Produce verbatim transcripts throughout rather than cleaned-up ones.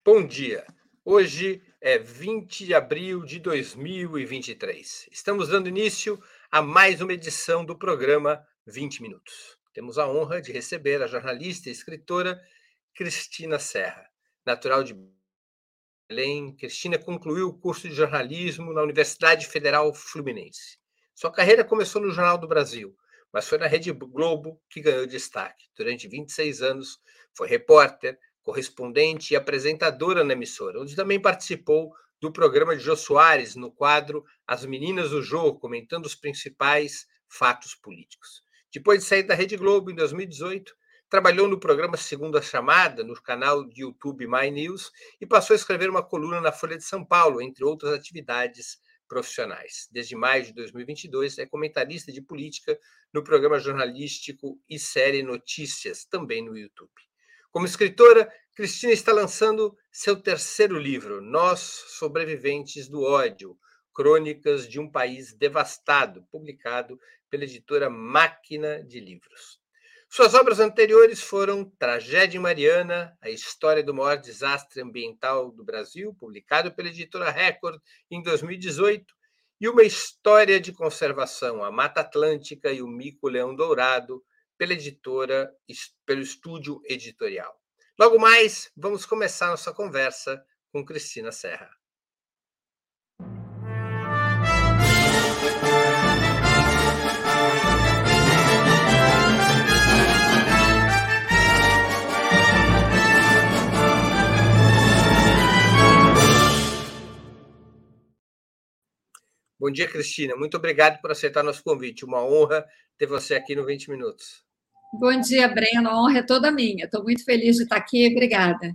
Bom dia. Hoje é vinte de abril de dois mil e vinte e três. Estamos dando início a mais uma edição do programa vinte Minutos. Temos a honra de receber a jornalista e escritora Cristina Serra. Natural de Belém, Cristina concluiu o curso de jornalismo na Universidade Federal Fluminense. Sua carreira começou no Jornal do Brasil, mas foi na Rede Globo que ganhou destaque. Durante vinte e seis anos, foi repórter, correspondente e apresentadora na emissora, onde também participou do programa de Jô Soares, no quadro As Meninas do Jô, comentando os principais fatos políticos. Depois de sair da Rede Globo, em dois mil e dezoito, trabalhou no programa Segunda Chamada, no canal de YouTube My News, e passou a escrever uma coluna na Folha de São Paulo, entre outras atividades profissionais. Desde maio de dois mil e vinte e dois, é comentarista de política no programa jornalístico e série Notícias, também no YouTube. Como escritora, Cristina está lançando seu terceiro livro, Nós, Sobreviventes do Ódio, Crônicas de um País Devastado, publicado pela editora Máquina de Livros. Suas obras anteriores foram Tragédia em Mariana, a história do maior desastre ambiental do Brasil, publicado pela editora Record em dois mil e dezoito, e Uma História de Conservação, a Mata Atlântica e o Mico-Leão Dourado, pela editora, pelo Estúdio Editorial. Logo mais, vamos começar nossa conversa com Cristina Serra. Bom dia, Cristina. Muito obrigado por aceitar nosso convite. Uma honra ter você aqui no vinte Minutos. Bom dia, Breno. A honra é toda minha. Estou muito feliz de estar aqui. Obrigada.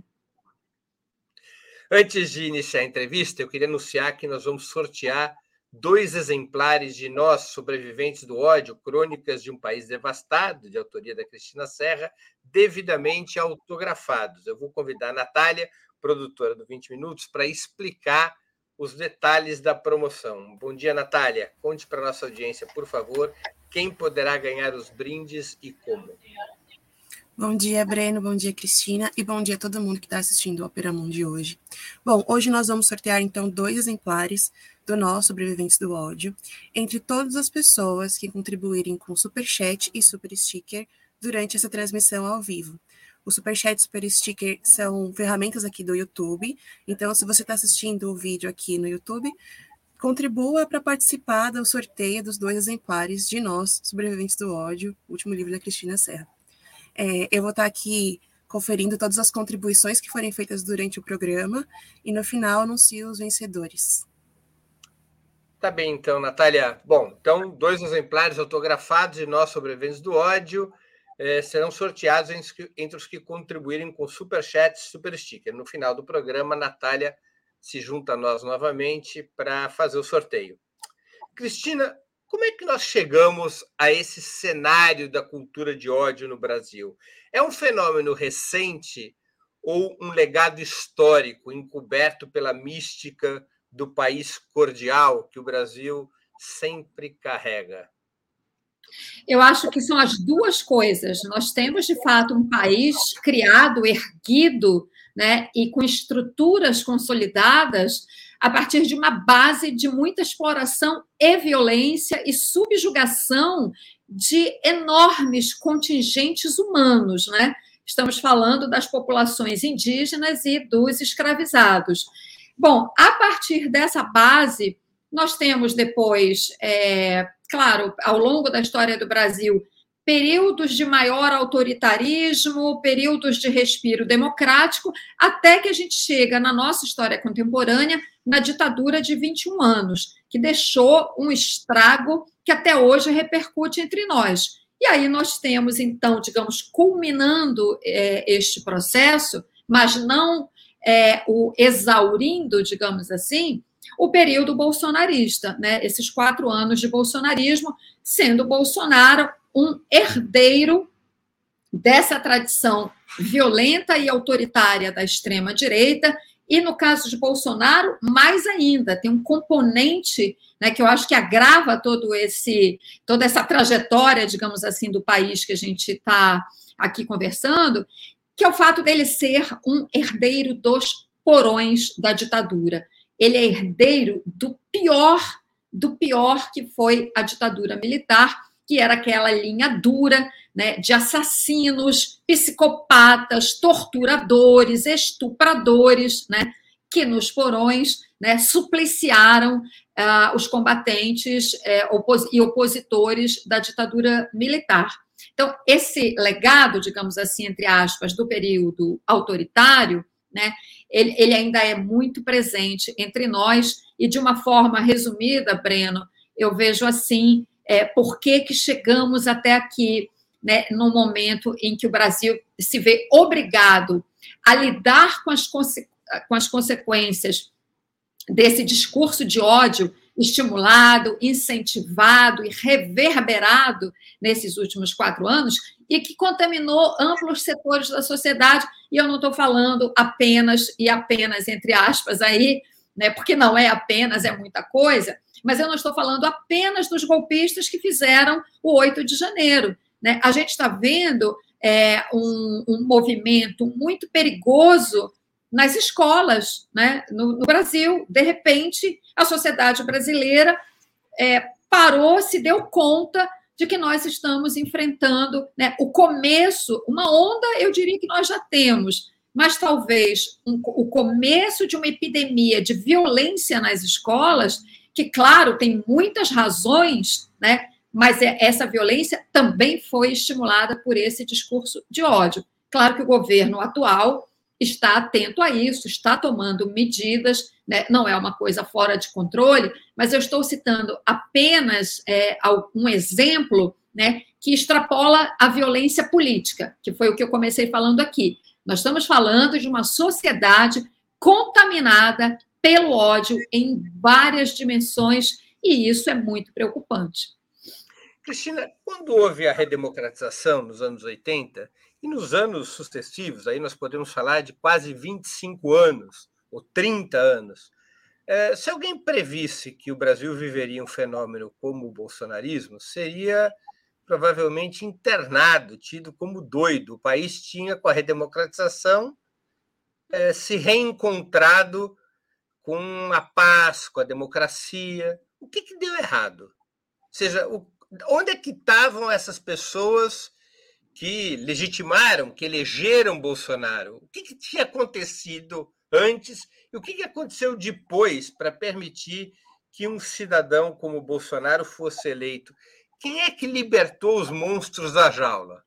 Antes de iniciar a entrevista, eu queria anunciar que nós vamos sortear dois exemplares de Nós, Sobreviventes do Ódio, Crônicas de um País Devastado, de autoria da Cristina Serra, devidamente autografados. Eu vou convidar a Natália, produtora do vinte Minutos, para explicar os detalhes da promoção. Bom dia, Natália. Conte para a nossa audiência, por favor, quem poderá ganhar os brindes e como. Bom dia, Breno, bom dia, Cristina, e bom dia a todo mundo que está assistindo o Opera Mundi hoje. Bom, hoje nós vamos sortear, então, dois exemplares do Nós, Sobreviventes do Ódio, entre todas as pessoas que contribuírem com Superchat e Super Sticker durante essa transmissão ao vivo. O Superchat e Super Sticker são ferramentas aqui do YouTube, então, se você está assistindo o vídeo aqui no YouTube, contribua para participar do sorteio dos dois exemplares de Nós, Sobreviventes do Ódio, o último livro da Cristina Serra. É, eu vou estar aqui conferindo todas as contribuições que forem feitas durante o programa e, no final, anuncio os vencedores. Tá bem, então, Natália. Bom, então, dois exemplares autografados de Nós, Sobreviventes do Ódio, eh, serão sorteados entre, entre os que contribuírem com Superchat e Super Sticker. No final do programa, a Natália se junta a nós novamente para fazer o sorteio. Cristina, como é que nós chegamos a esse cenário da cultura de ódio no Brasil? É um fenômeno recente ou um legado histórico encoberto pela mística do país cordial que o Brasil sempre carrega? Eu acho que são as duas coisas. Nós temos, de fato, um país criado, erguido, né, e com estruturas consolidadas a partir de uma base de muita exploração e violência e subjugação de enormes contingentes humanos, né? Estamos falando das populações indígenas e dos escravizados. Bom, a partir dessa base, nós temos depois, é, claro, ao longo da história do Brasil, períodos de maior autoritarismo, períodos de respiro democrático, até que a gente chega na nossa história contemporânea na ditadura de vinte e um anos, que deixou um estrago que até hoje repercute entre nós. E aí nós temos, então, digamos, culminando é, este processo, mas não é, o exaurindo, digamos assim, o período bolsonarista, né? Esses quatro anos de bolsonarismo, sendo Bolsonaro um herdeiro dessa tradição violenta e autoritária da extrema-direita, e, no caso de Bolsonaro, mais ainda, tem um componente, né, que eu acho que agrava todo esse, toda essa trajetória, digamos assim, do país que a gente está aqui conversando, que é o fato dele ser um herdeiro dos porões da ditadura. Ele é herdeiro do pior, do pior que foi a ditadura militar, que era aquela linha dura, né, de assassinos, psicopatas, torturadores, estupradores, né, que nos porões, né, supliciaram uh, os combatentes uh, opos- e opositores da ditadura militar. Então, esse legado, digamos assim, entre aspas, do período autoritário, né, ele, ele ainda é muito presente entre nós, e de uma forma resumida, Breno, eu vejo assim, é, por que que chegamos até aqui, né, no momento em que o Brasil se vê obrigado a lidar com as, conse- com as consequências desse discurso de ódio estimulado, incentivado e reverberado nesses últimos quatro anos e que contaminou amplos setores da sociedade. E eu não estou falando apenas, e apenas entre aspas aí, né, porque não é apenas, é muita coisa, mas eu não estou falando apenas dos golpistas que fizeram o oito de janeiro. Né? A gente está vendo é, um, um movimento muito perigoso nas escolas, né, no, no Brasil. De repente, a sociedade brasileira é, parou, se deu conta de que nós estamos enfrentando, né, o começo, uma onda, eu diria que nós já temos, mas talvez um, o começo de uma epidemia de violência nas escolas, que, claro, tem muitas razões, né, mas essa violência também foi estimulada por esse discurso de ódio. Claro que o governo atual está atento a isso, está tomando medidas, né? Não é uma coisa fora de controle, mas eu estou citando apenas é, um exemplo, né, que extrapola a violência política, que foi o que eu comecei falando aqui. Nós estamos falando de uma sociedade contaminada pelo ódio em várias dimensões, e isso é muito preocupante. Cristina, quando houve a redemocratização nos anos oitenta, e nos anos sucessivos, aí nós podemos falar de quase vinte e cinco anos, ou trinta anos, é, se alguém previsse que o Brasil viveria um fenômeno como o bolsonarismo, seria provavelmente internado, tido como doido. O país tinha, com a redemocratização, é, se reencontrado com a paz, com a democracia. O que, que deu errado? Ou seja, o, onde é que estavam essas pessoas que legitimaram, que elegeram Bolsonaro? O que, que tinha acontecido antes e o que, que aconteceu depois para permitir que um cidadão como Bolsonaro fosse eleito? Quem é que libertou os monstros da jaula?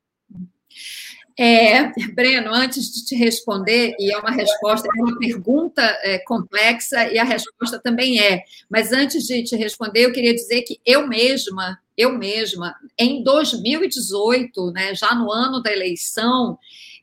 É, Breno, antes de te responder, e é uma resposta, é uma pergunta é, complexa, e a resposta também é, mas antes de te responder, eu queria dizer que eu mesma, eu mesma, em dois mil e dezoito, né, já no ano da eleição,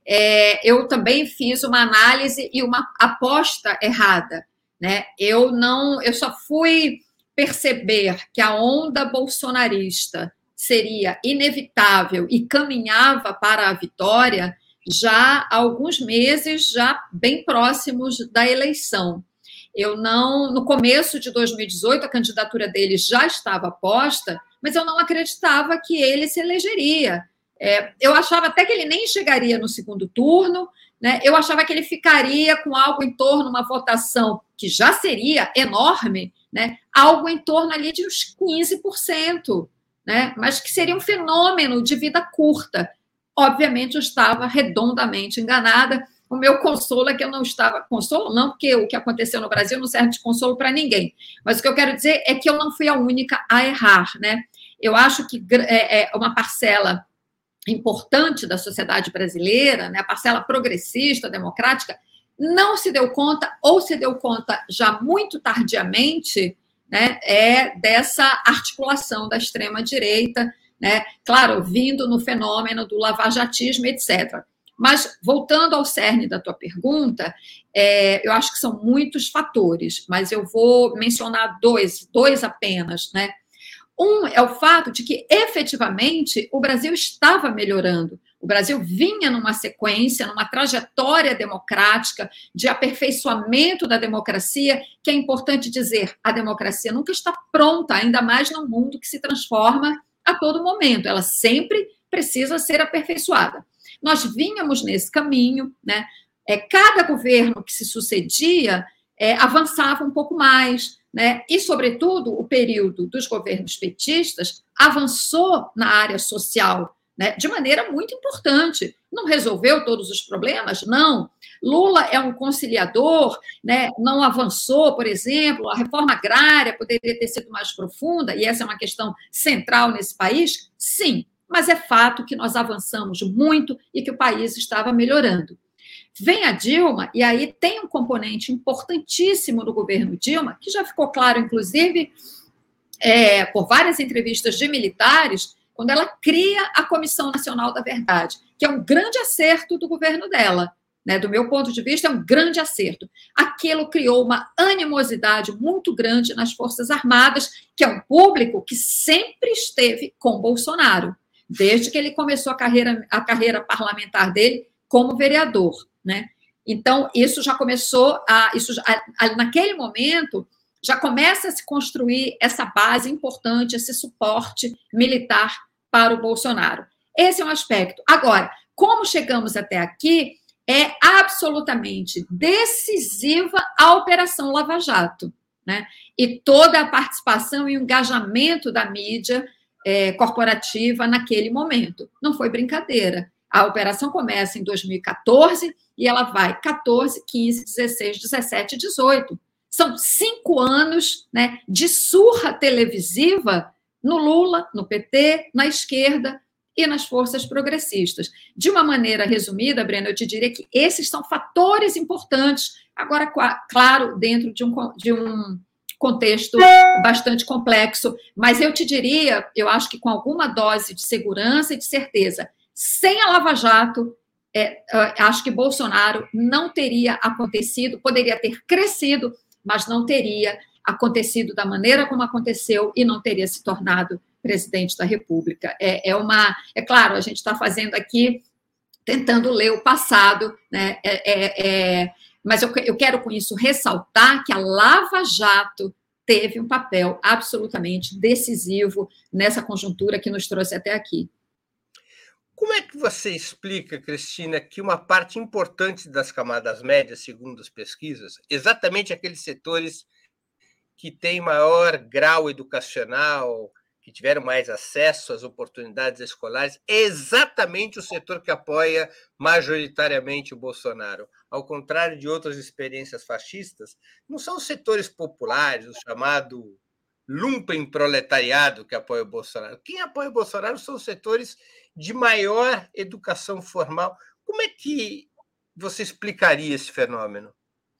é, eu também fiz uma análise e uma aposta errada. Né? Eu não, eu só fui perceber que a onda bolsonarista seria inevitável e caminhava para a vitória já há alguns meses, já bem próximos da eleição. Eu não, no começo de dois mil e dezoito, a candidatura dele já estava posta, mas eu não acreditava que ele se elegeria. É, eu achava até que ele nem chegaria no segundo turno, né? Eu achava que ele ficaria com algo em torno de uma votação que já seria enorme, né? Algo em torno ali de uns quinze por cento. Né? Mas que seria um fenômeno de vida curta. Obviamente, eu estava redondamente enganada. O meu consolo é que eu não estava... Consolo não, porque o que aconteceu no Brasil não serve de consolo para ninguém. Mas o que eu quero dizer é que eu não fui a única a errar. Né? Eu acho que é uma parcela importante da sociedade brasileira, né? A parcela progressista, democrática, não se deu conta, ou se deu conta já muito tardiamente, né, é dessa articulação da extrema-direita, né, claro, vindo no fenômeno do lavajatismo, etcétera. Mas, voltando ao cerne da tua pergunta, é, eu acho que são muitos fatores, mas eu vou mencionar dois, dois apenas. Né? Um é o fato de que, efetivamente, o Brasil estava melhorando. O Brasil vinha numa sequência, numa trajetória democrática de aperfeiçoamento da democracia, que é importante dizer, a democracia nunca está pronta, ainda mais num mundo que se transforma a todo momento. Ela sempre precisa ser aperfeiçoada. Nós vínhamos nesse caminho, né? é, cada governo que se sucedia é, avançava um pouco mais, né? E, sobretudo, o período dos governos petistas avançou na área social, né, de maneira muito importante. Não resolveu todos os problemas? Não. Lula é um conciliador, né, não avançou, por exemplo, a reforma agrária poderia ter sido mais profunda, e essa é uma questão central nesse país? Sim, mas é fato que nós avançamos muito e que o país estava melhorando. Vem a Dilma, e aí tem um componente importantíssimo no governo Dilma, que já ficou claro, inclusive, é, por várias entrevistas de militares, quando ela cria a Comissão Nacional da Verdade, que é um grande acerto do governo dela, né? Do meu ponto de vista, é um grande acerto. Aquilo criou uma animosidade muito grande nas Forças Armadas, que é um público que sempre esteve com Bolsonaro, desde que ele começou a carreira, a carreira parlamentar dele como vereador, né? Então, isso já começou a... Isso, a, a, naquele momento, já começa a se construir essa base importante, esse suporte militar para o Bolsonaro. Esse é um aspecto. Agora, como chegamos até aqui, é absolutamente decisiva a Operação Lava Jato, né? E toda a participação e o engajamento da mídia é, corporativa naquele momento. Não foi brincadeira. A operação começa em dois mil e quatorze e ela vai quatorze, quinze, dezesseis, dezessete, dezoito. São cinco anos, né, de surra televisiva no Lula, no P T, na esquerda e nas forças progressistas. De uma maneira resumida, Breno, eu te diria que esses são fatores importantes, agora, claro, dentro de um, de um contexto bastante complexo, mas eu te diria, eu acho que com alguma dose de segurança e de certeza, sem a Lava Jato, é, acho que Bolsonaro não teria acontecido, poderia ter crescido, mas não teria acontecido da maneira como aconteceu e não teria se tornado presidente da República. É, é uma, é claro, a gente está fazendo aqui, tentando ler o passado, né? É, é, é, mas eu, eu quero com isso ressaltar que a Lava Jato teve um papel absolutamente decisivo nessa conjuntura que nos trouxe até aqui. Como é que você explica, Cristina, que uma parte importante das camadas médias, segundo as pesquisas, exatamente aqueles setores que têm maior grau educacional, que tiveram mais acesso às oportunidades escolares, é exatamente o setor que apoia majoritariamente o Bolsonaro? Ao contrário de outras experiências fascistas, não são os setores populares, o chamado lumpenproletariado que apoia o Bolsonaro. Quem apoia o Bolsonaro são os setores de maior educação formal. Como é que você explicaria esse fenômeno?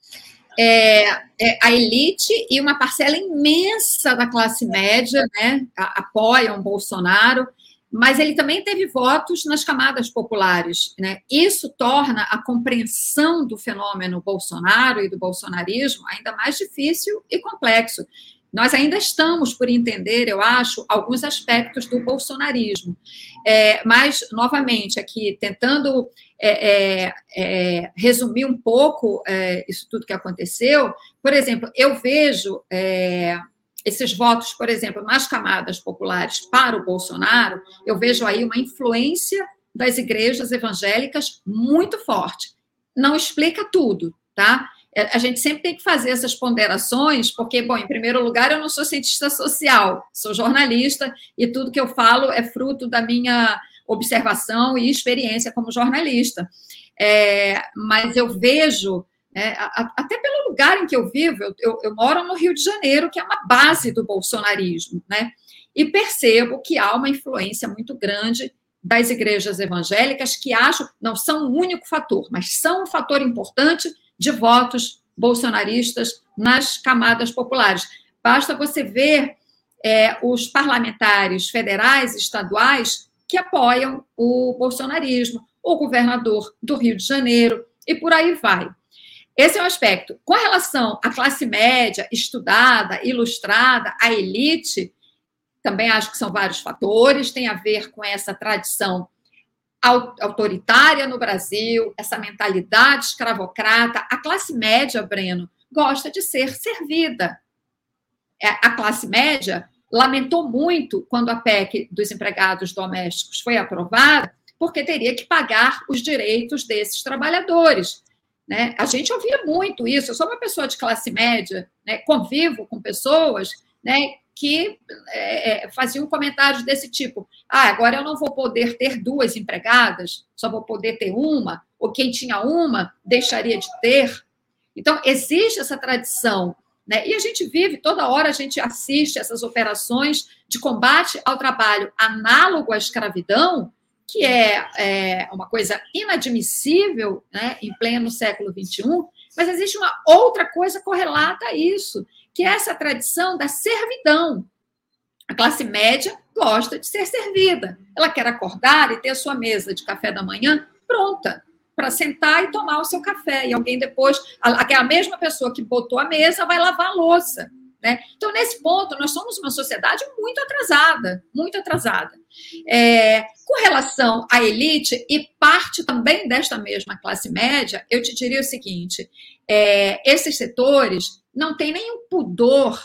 É, é, a elite e uma parcela imensa da classe média, né, apoiam Bolsonaro, mas ele também teve votos nas camadas populares, né? Isso torna a compreensão do fenômeno Bolsonaro e do bolsonarismo ainda mais difícil e complexo. Nós ainda estamos por entender, eu acho, alguns aspectos do bolsonarismo. É, mas, novamente, aqui, tentando é, é, é, resumir um pouco é, isso tudo que aconteceu, por exemplo, eu vejo é, esses votos, por exemplo, nas camadas populares para o Bolsonaro, eu vejo aí uma influência das igrejas evangélicas muito forte. Não explica tudo, tá? A gente sempre tem que fazer essas ponderações, porque, bom, em primeiro lugar, eu não sou cientista social, sou jornalista, e tudo que eu falo é fruto da minha observação e experiência como jornalista. É, mas eu vejo, é, a, até pelo lugar em que eu vivo, eu, eu, eu moro no Rio de Janeiro, que é uma base do bolsonarismo, né? E percebo que há uma influência muito grande das igrejas evangélicas, que acho, não são o único fator, mas são um fator importante de votos bolsonaristas nas camadas populares. Basta você ver é, os parlamentares federais e estaduais que apoiam o bolsonarismo, o governador do Rio de Janeiro, e por aí vai. Esse é um aspecto. Com relação à classe média, estudada, ilustrada, à elite, também acho que são vários fatores, tem a ver com essa tradição autoritária no Brasil, essa mentalidade escravocrata. A classe média, Breno, gosta de ser servida. A classe média lamentou muito quando a P E C dos empregados domésticos foi aprovada, porque teria que pagar os direitos desses trabalhadores. né? A gente ouvia muito isso. Eu sou uma pessoa de classe média, né? Convivo com pessoas, né, que é, faziam comentários desse tipo: ah, agora eu não vou poder ter duas empregadas, só vou poder ter uma, ou quem tinha uma deixaria de ter. Então, existe essa tradição, né? E a gente vive, toda hora a gente assiste essas operações de combate ao trabalho análogo à escravidão, que é, é uma coisa inadmissível, né, em pleno século vinte e um, mas existe uma outra coisa correlata a isso, que é essa tradição da servidão. A classe média gosta de ser servida. Ela quer acordar e ter a sua mesa de café da manhã pronta, para sentar e tomar o seu café. E alguém depois, aquela mesma pessoa que botou a mesa, vai lavar a louça, né? Então, nesse ponto, nós somos uma sociedade muito atrasada, muito atrasada. É, com relação à elite, e parte também desta mesma classe média, eu te diria o seguinte: é, esses setores não têm nenhum pudor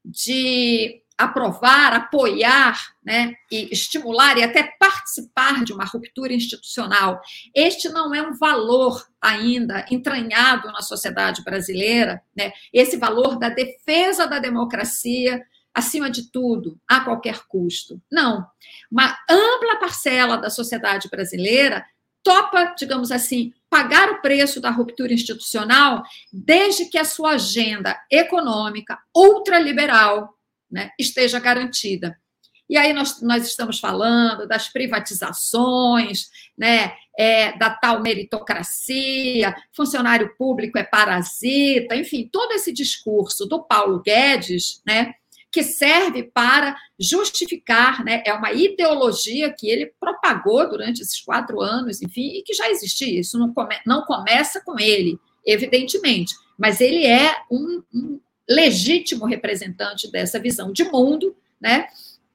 de aprovar, apoiar, né, e estimular e até participar de uma ruptura institucional. Este não é um valor ainda entranhado na sociedade brasileira, né, esse valor da defesa da democracia acima de tudo, a qualquer custo. Não. Uma ampla parcela da sociedade brasileira topa, digamos assim, pagar o preço da ruptura institucional desde que a sua agenda econômica ultraliberal, né, esteja garantida. E aí nós, nós estamos falando das privatizações, né, é, da tal meritocracia, funcionário público é parasita, enfim, todo esse discurso do Paulo Guedes, né, que serve para justificar, né, é uma ideologia que ele propagou durante esses quatro anos, enfim, e que já existia. Isso não, come, não começa com ele, evidentemente, mas ele é um, um legítimo representante dessa visão de mundo, né,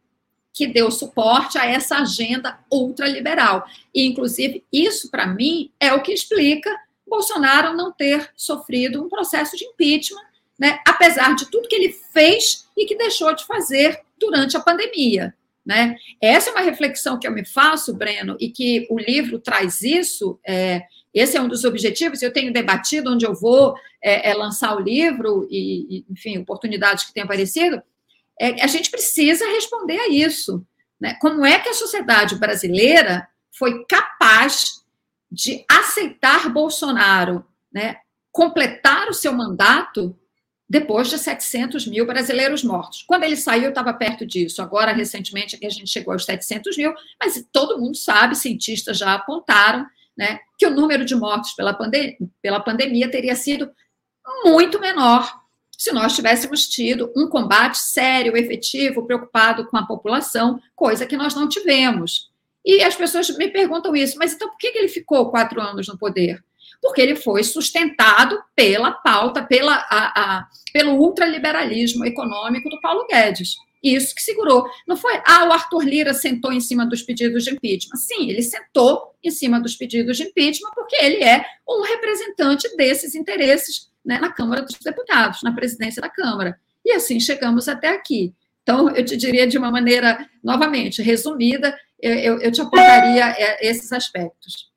que deu suporte a essa agenda ultraliberal. E, inclusive, isso, para mim, é o que explica Bolsonaro não ter sofrido um processo de impeachment, né, apesar de tudo que ele fez e que deixou de fazer durante a pandemia, né? Essa é uma reflexão que eu me faço, Breno, e que o livro traz isso. É, esse é um dos objetivos. Eu tenho debatido onde eu vou é, é lançar o livro e, e, enfim, oportunidades que têm aparecido. É, a gente precisa responder a isso, né? Como é que a sociedade brasileira foi capaz de aceitar Bolsonaro, né, completar o seu mandato depois de setecentos mil brasileiros mortos? Quando ele saiu, estava perto disso. Agora, recentemente, é que a gente chegou aos setecentos mil, mas todo mundo sabe, cientistas já apontaram, né, que o número de mortos pela, pandem- pela pandemia teria sido muito menor se nós tivéssemos tido um combate sério, efetivo, preocupado com a população, coisa que nós não tivemos. E as pessoas me perguntam isso: mas então por que ele ficou quatro anos no poder? Porque ele foi sustentado pela pauta, pela, a, a, pelo ultraliberalismo econômico do Paulo Guedes. Isso que segurou. Não foi, ah, o Arthur Lira sentou em cima dos pedidos de impeachment. Sim, ele sentou em cima dos pedidos de impeachment porque ele é um representante desses interesses, né, na Câmara dos Deputados, na presidência da Câmara. E assim chegamos até aqui. Então, eu te diria de uma maneira, novamente, resumida, eu, eu te apontaria esses aspectos.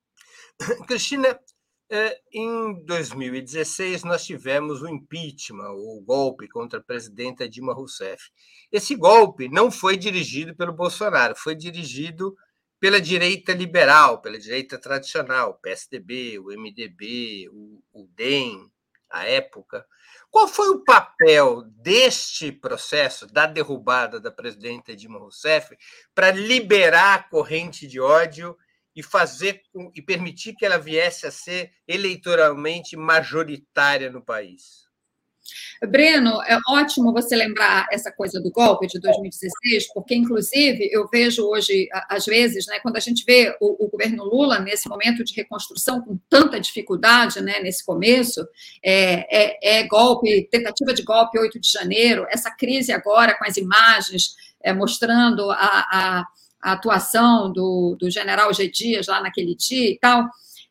Cristina, em dois mil e dezesseis, nós tivemos o impeachment, o golpe contra a presidenta Dilma Rousseff. Esse golpe não foi dirigido pelo Bolsonaro, foi dirigido pela direita liberal, pela direita tradicional, o P S D B, o M D B, o, o D E M, à época. Qual foi o papel deste processo, da derrubada da presidenta Dilma Rousseff, para liberar a corrente de ódio e fazer e permitir que ela viesse a ser eleitoralmente majoritária no país? Breno, é ótimo você lembrar essa coisa do golpe de dois mil e dezesseis, porque, inclusive, eu vejo hoje, às vezes, né, quando a gente vê o, o governo Lula nesse momento de reconstrução com tanta dificuldade, né, nesse começo, é, é, é golpe, tentativa de golpe oito de janeiro, essa crise agora com as imagens é, mostrando a, a, a atuação do, do general G. Dias lá naquele dia e tal,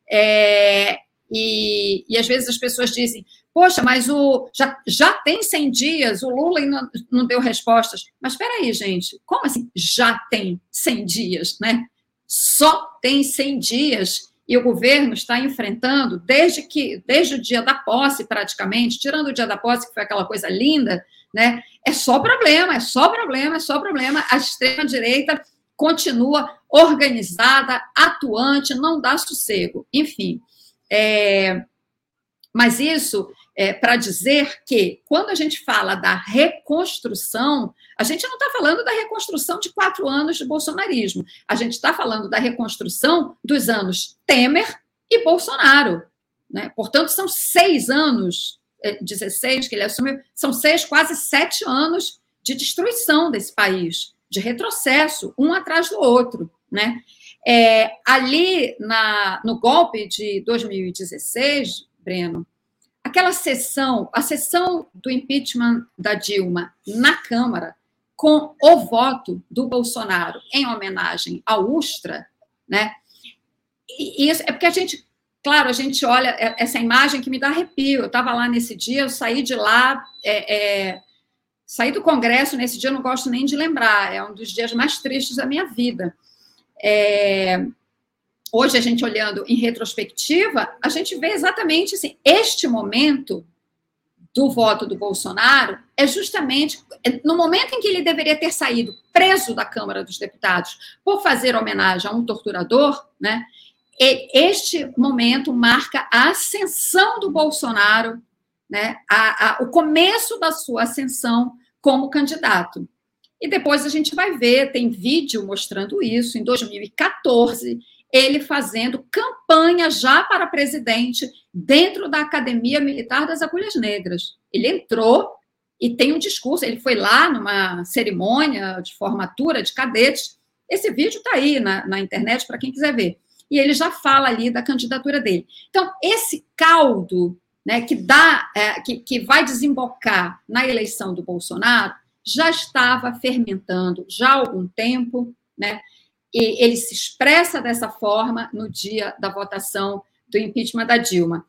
é, e, e às vezes as pessoas dizem: poxa, mas o, já, já tem cem dias, o Lula ainda não deu respostas. Mas espera aí, gente, como assim já tem cem dias, né? Só tem cem dias E o governo está enfrentando, desde que, desde o dia da posse, praticamente, tirando o dia da posse, que foi aquela coisa linda, né? É só problema, é só problema, é só problema. A extrema-direita continua organizada, atuante, não dá sossego. Enfim, é, mas isso é para dizer que, quando a gente fala da reconstrução, a gente não está falando da reconstrução de quatro anos de bolsonarismo, a gente está falando da reconstrução dos anos Temer e Bolsonaro, né? Portanto, são seis anos, dezesseis que ele assumiu, são seis, quase sete anos de destruição desse país, de retrocesso, um atrás do outro, né? É, ali, na, no golpe de dois mil e dezesseis, Breno, aquela sessão, a sessão do impeachment da Dilma na Câmara, com o voto do Bolsonaro em homenagem ao Ustra, né? E isso é porque a gente, claro, a gente olha essa imagem que me dá arrepio. Eu estava lá nesse dia, eu saí de lá, é, é, saí do Congresso nesse dia, eu não gosto nem de lembrar, é um dos dias mais tristes da minha vida. É, hoje, a gente olhando em retrospectiva, a gente vê exatamente assim, este momento do voto do Bolsonaro é justamente no momento em que ele deveria ter saído preso da Câmara dos Deputados por fazer homenagem a um torturador, né? E este momento marca a ascensão do Bolsonaro, né? A, a, o começo da sua ascensão como candidato. E depois a gente vai ver, tem vídeo mostrando isso, em dois mil e quatorze, ele fazendo campanha já para presidente dentro da Academia Militar das Agulhas Negras. Ele entrou e tem um discurso, ele foi lá numa cerimônia de formatura de cadetes, esse vídeo está aí na, na internet para quem quiser ver, e ele já fala ali da candidatura dele. Então, esse caldo, né, que, dá, é, que, que vai desembocar na eleição do Bolsonaro, já estava fermentando já há algum tempo, né? E ele se expressa dessa forma no dia da votação do impeachment da Dilma.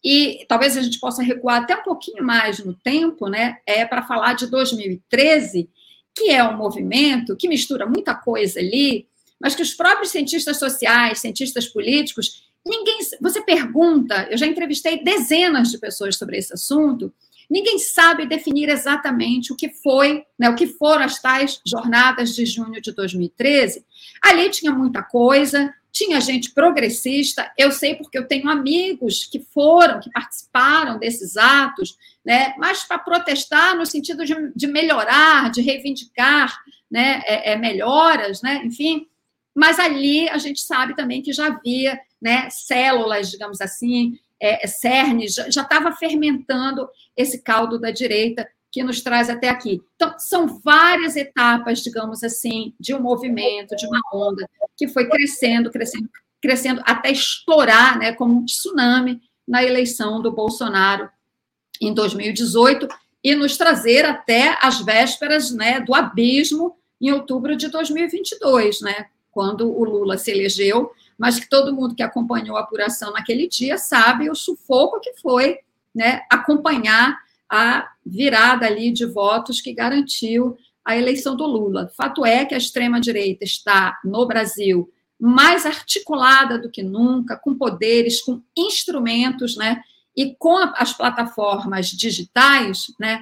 E talvez a gente possa recuar até um pouquinho mais no tempo, né? É para falar de dois mil e treze, que é um movimento que mistura muita coisa ali, mas que os próprios cientistas sociais, cientistas políticos, ninguém. Você pergunta, eu já entrevistei dezenas de pessoas sobre esse assunto. Ninguém sabe definir exatamente o que foi, né, o que foram as tais jornadas de junho de dois mil e treze. Ali tinha muita coisa, tinha gente progressista, eu sei porque eu tenho amigos que foram, que participaram desses atos, né, mas para protestar no sentido de, de melhorar, de reivindicar, né, é, é, melhoras, né, enfim. Mas ali a gente sabe também que já havia, né, células, digamos assim, É, cerne, já estava fermentando esse caldo da direita que nos traz até aqui. Então, são várias etapas, digamos assim, de um movimento, de uma onda, que foi crescendo, crescendo, crescendo, até estourar, né, como um tsunami na eleição do Bolsonaro em dois mil e dezoito e nos trazer até as vésperas, né, do abismo em outubro de dois mil e vinte e dois, né, quando o Lula se elegeu, mas que todo mundo que acompanhou a apuração naquele dia sabe o sufoco que foi, né, acompanhar a virada ali de votos que garantiu a eleição do Lula. Fato é que a extrema-direita está, no Brasil, mais articulada do que nunca, com poderes, com instrumentos, né, e com as plataformas digitais, né,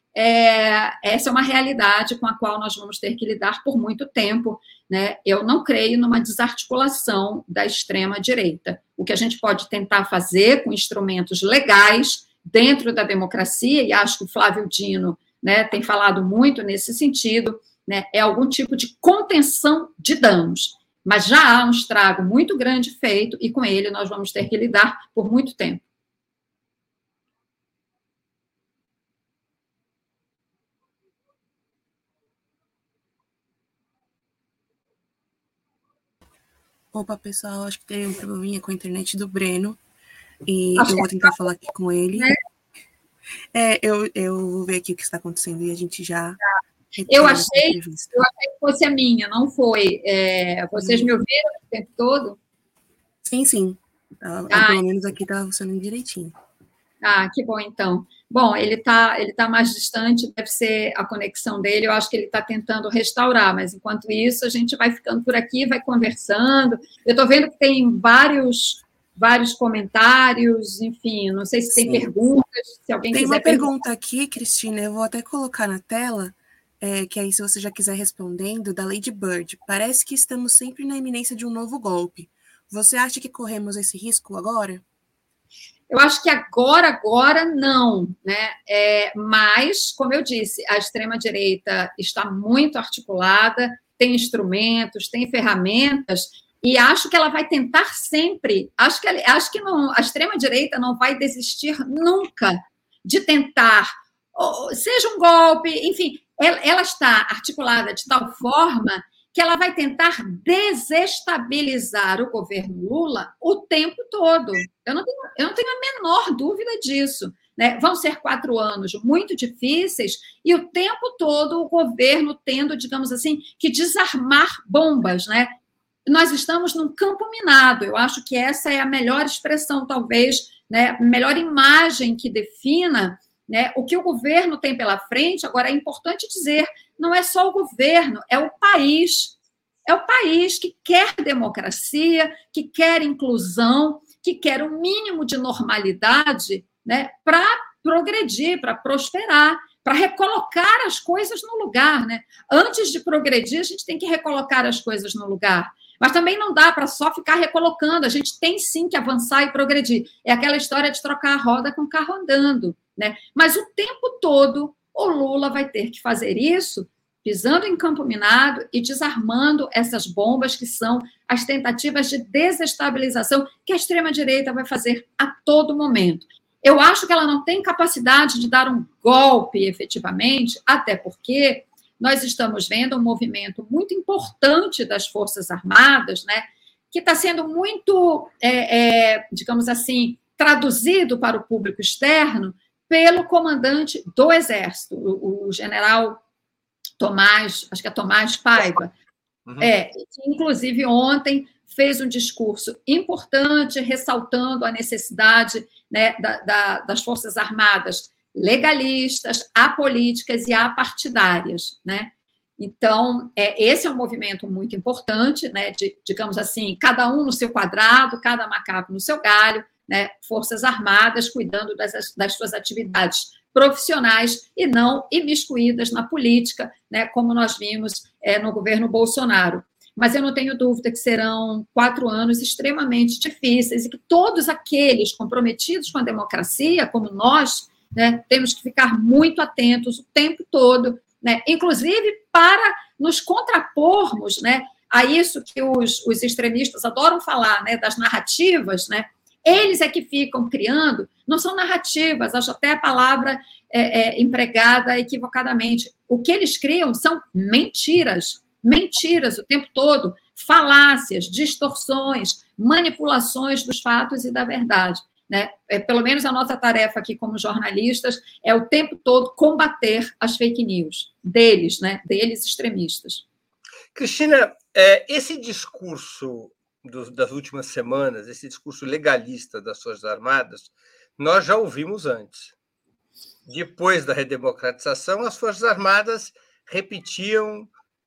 é, essa é uma realidade com a qual nós vamos ter que lidar por muito tempo, né? Eu não creio numa desarticulação da extrema-direita. O que a gente pode tentar fazer com instrumentos legais dentro da democracia, e acho que o Flávio Dino, né, tem falado muito nesse sentido, né, é algum tipo de contenção de danos. Mas já há um estrago muito grande feito, e com ele nós vamos ter que lidar por muito tempo. Opa, pessoal, acho que tem um probleminha com a internet do Breno, e acho eu vou tentar é falar aqui com ele. Né? É, eu, eu vou ver aqui o que está acontecendo e a gente já... Eu achei, eu achei que fosse a minha, não foi. É, vocês hum. me ouviram o tempo todo? Sim, sim. Ah, pelo menos aqui está funcionando direitinho. Ah, que bom, então. Bom, ele está ele tá mais distante, deve ser a conexão dele, eu acho que ele está tentando restaurar, mas enquanto isso a gente vai ficando por aqui, vai conversando. Eu estou vendo que tem vários, vários comentários, enfim, não sei se tem Sim. perguntas, se alguém tem quiser... Tem uma pergunta aqui, Cristina, eu vou até colocar na tela, é, que aí se você já quiser respondendo, da Lady Bird. Parece que estamos sempre na iminência de um novo golpe. Você acha que corremos esse risco agora? Eu acho que agora, agora não, né? É, mas, como eu disse, a extrema-direita está muito articulada, tem instrumentos, tem ferramentas, e acho que ela vai tentar sempre, acho que, acho que não, a extrema-direita não vai desistir nunca de tentar, seja um golpe, enfim, ela, ela está articulada de tal forma que ela vai tentar desestabilizar o governo Lula o tempo todo. Eu não tenho, eu não tenho a menor dúvida disso. Né? Vão ser quatro anos muito difíceis e o tempo todo o governo tendo, digamos assim, que desarmar bombas. Né? Nós estamos num campo minado. Eu acho que essa é a melhor expressão, talvez, né? Melhor imagem que defina, né, o que o governo tem pela frente. Agora, é importante dizer, não é só o governo, é o país. É o país que quer democracia, que quer inclusão, que quer um mínimo de normalidade, né, para progredir, para prosperar, para recolocar as coisas no lugar. Né? Antes de progredir, a gente tem que recolocar as coisas no lugar. Mas também não dá para só ficar recolocando, a gente tem sim que avançar e progredir. É aquela história de trocar a roda com o carro andando. Né? Mas o tempo todo o Lula vai ter que fazer isso, pisando em campo minado e desarmando essas bombas que são as tentativas de desestabilização que a extrema-direita vai fazer a todo momento. Eu acho que ela não tem capacidade de dar um golpe efetivamente, até porque nós estamos vendo um movimento muito importante das Forças Armadas, né, que está sendo muito, é, é, digamos assim, traduzido para o público externo pelo comandante do Exército, o, o general Tomás, acho que é Tomás Paiva, uhum. é, que, inclusive, ontem fez um discurso importante, ressaltando a necessidade, né, da, da, das Forças Armadas legalistas, apolíticas e apartidárias. Né? Então, é, esse é um movimento muito importante, né, de, digamos assim, cada um no seu quadrado, cada macaco no seu galho, né, Forças Armadas cuidando das, das suas atividades profissionais e não imiscuídas na política, né, como nós vimos é, no governo Bolsonaro. Mas eu não tenho dúvida que serão quatro anos extremamente difíceis e que todos aqueles comprometidos com a democracia, como nós, né, temos que ficar muito atentos o tempo todo, né, inclusive para nos contrapormos, né, a isso que os, os extremistas adoram falar, né, das narrativas, né. Eles é que ficam criando, não são narrativas, acho até a palavra é, é, empregada equivocadamente. O que eles criam são mentiras, mentiras o tempo todo, falácias, distorções, manipulações dos fatos e da verdade. Né? É, pelo menos a nossa tarefa aqui como jornalistas é o tempo todo combater as fake news deles, né? Deles extremistas. Cristina, é, esse discurso das últimas semanas, esse discurso legalista das Forças Armadas, nós já ouvimos antes. Depois da redemocratização, as Forças Armadas repetiam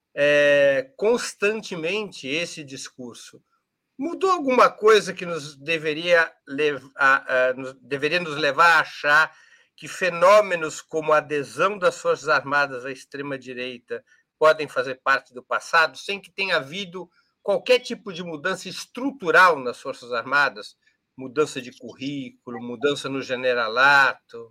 é, constantemente esse discurso. Mudou alguma coisa que nos deveria, levar, a, a, nos, deveria nos levar a achar que fenômenos como a adesão das Forças Armadas à extrema-direita podem fazer parte do passado, sem que tenha havido qualquer tipo de mudança estrutural nas Forças Armadas, mudança de currículo, mudança no generalato?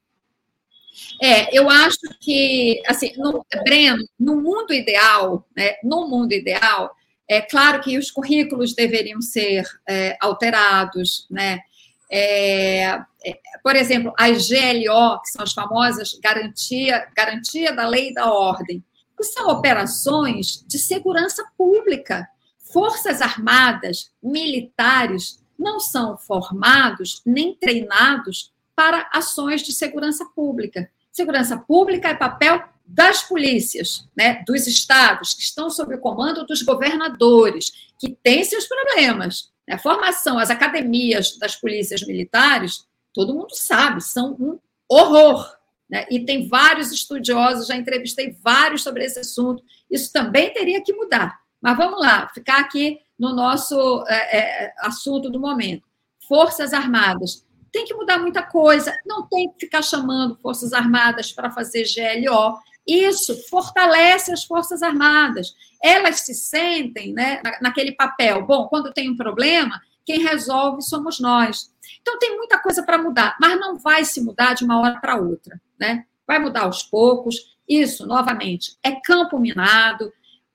É, eu acho que, assim, no, Breno, no mundo ideal, né, no mundo ideal, é claro que os currículos deveriam ser é, alterados, né? É, é, por exemplo, as G L O, que são as famosas garantia, garantia da lei e da ordem, que são operações de segurança pública. Forças Armadas, militares, não são formados nem treinados para ações de segurança pública. Segurança pública é papel das polícias, né, dos estados, que estão sob o comando dos governadores, que têm seus problemas. A formação, as academias das polícias militares todo mundo sabe, são um horror. Né? E tem vários estudiosos, já entrevistei vários sobre esse assunto, isso também teria que mudar. Mas vamos lá, ficar aqui no nosso é, é, assunto do momento. Forças Armadas. Tem que mudar muita coisa, não tem que ficar chamando Forças Armadas para fazer G L O. Isso fortalece as Forças Armadas. Elas se sentem, né, naquele papel. Bom, quando tem um problema, quem resolve somos nós. Então, tem muita coisa para mudar, mas não vai se mudar de uma hora para outra. Né? Vai mudar aos poucos. Isso, novamente, é campo minado.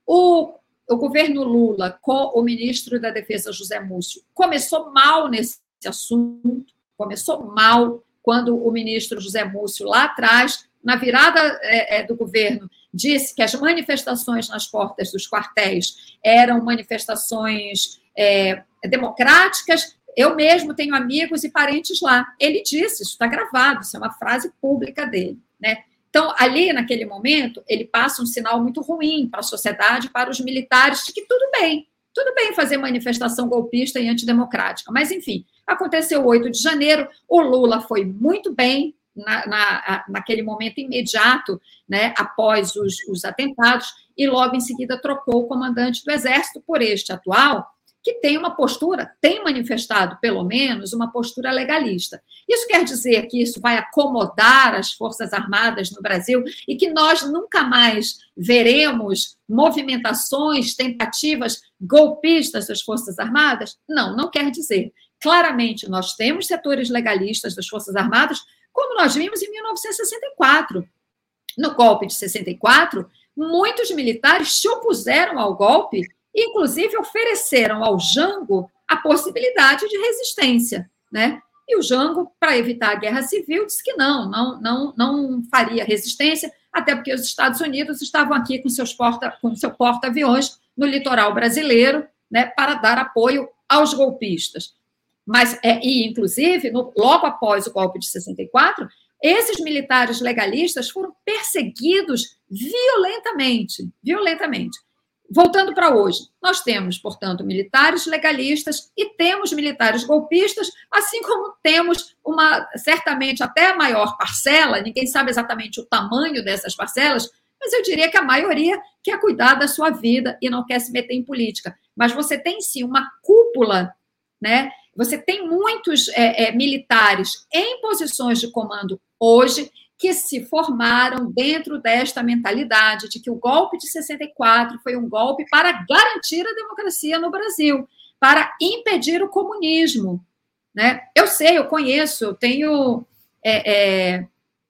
O, o governo Lula, com o ministro da Defesa, José Múcio, começou mal nesse assunto, começou mal quando o ministro José Múcio, lá atrás, na virada é, é, do governo, disse que as manifestações nas portas dos quartéis eram manifestações é, democráticas. Eu mesmo tenho amigos e parentes lá. Ele disse, isso está gravado, isso é uma frase pública dele. Né? Então, ali, naquele momento, ele passa um sinal muito ruim para a sociedade, para os militares, de que tudo bem, tudo bem fazer manifestação golpista e antidemocrática. Mas, enfim, aconteceu o oito de janeiro, o Lula foi muito bem na, na, naquele momento imediato, né, após os, os atentados, e logo em seguida trocou o comandante do Exército por este atual, que tem uma postura, tem manifestado, pelo menos, uma postura legalista. Isso quer dizer que isso vai acomodar as Forças Armadas no Brasil e que nós nunca mais veremos movimentações, tentativas golpistas das Forças Armadas? Não, não quer dizer. Claramente, nós temos setores legalistas das Forças Armadas, como nós vimos em mil novecentos e sessenta e quatro. No golpe de sessenta e quatro, muitos militares se opuseram ao golpe, inclusive ofereceram ao Jango a possibilidade de resistência, né? E o Jango, para evitar a guerra civil, disse que não, não, não, não faria resistência, até porque os Estados Unidos estavam aqui com, seus porta, com seu porta-aviões no litoral brasileiro, né, para dar apoio aos golpistas. Mas, é, e, inclusive, no, logo após o golpe de sessenta e quatro, esses militares legalistas foram perseguidos violentamente, violentamente. Voltando para hoje, nós temos, portanto, militares legalistas e temos militares golpistas, assim como temos uma, certamente, até a maior parcela, ninguém sabe exatamente o tamanho dessas parcelas, mas eu diria que a maioria quer cuidar da sua vida e não quer se meter em política. Mas você tem, sim, uma cúpula, né? Você tem muitos é, é, militares em posições de comando hoje que se formaram dentro desta mentalidade de que o golpe de sessenta e quatro foi um golpe para garantir a democracia no Brasil, para impedir o comunismo. Né? Eu sei, eu conheço, eu tenho é, é,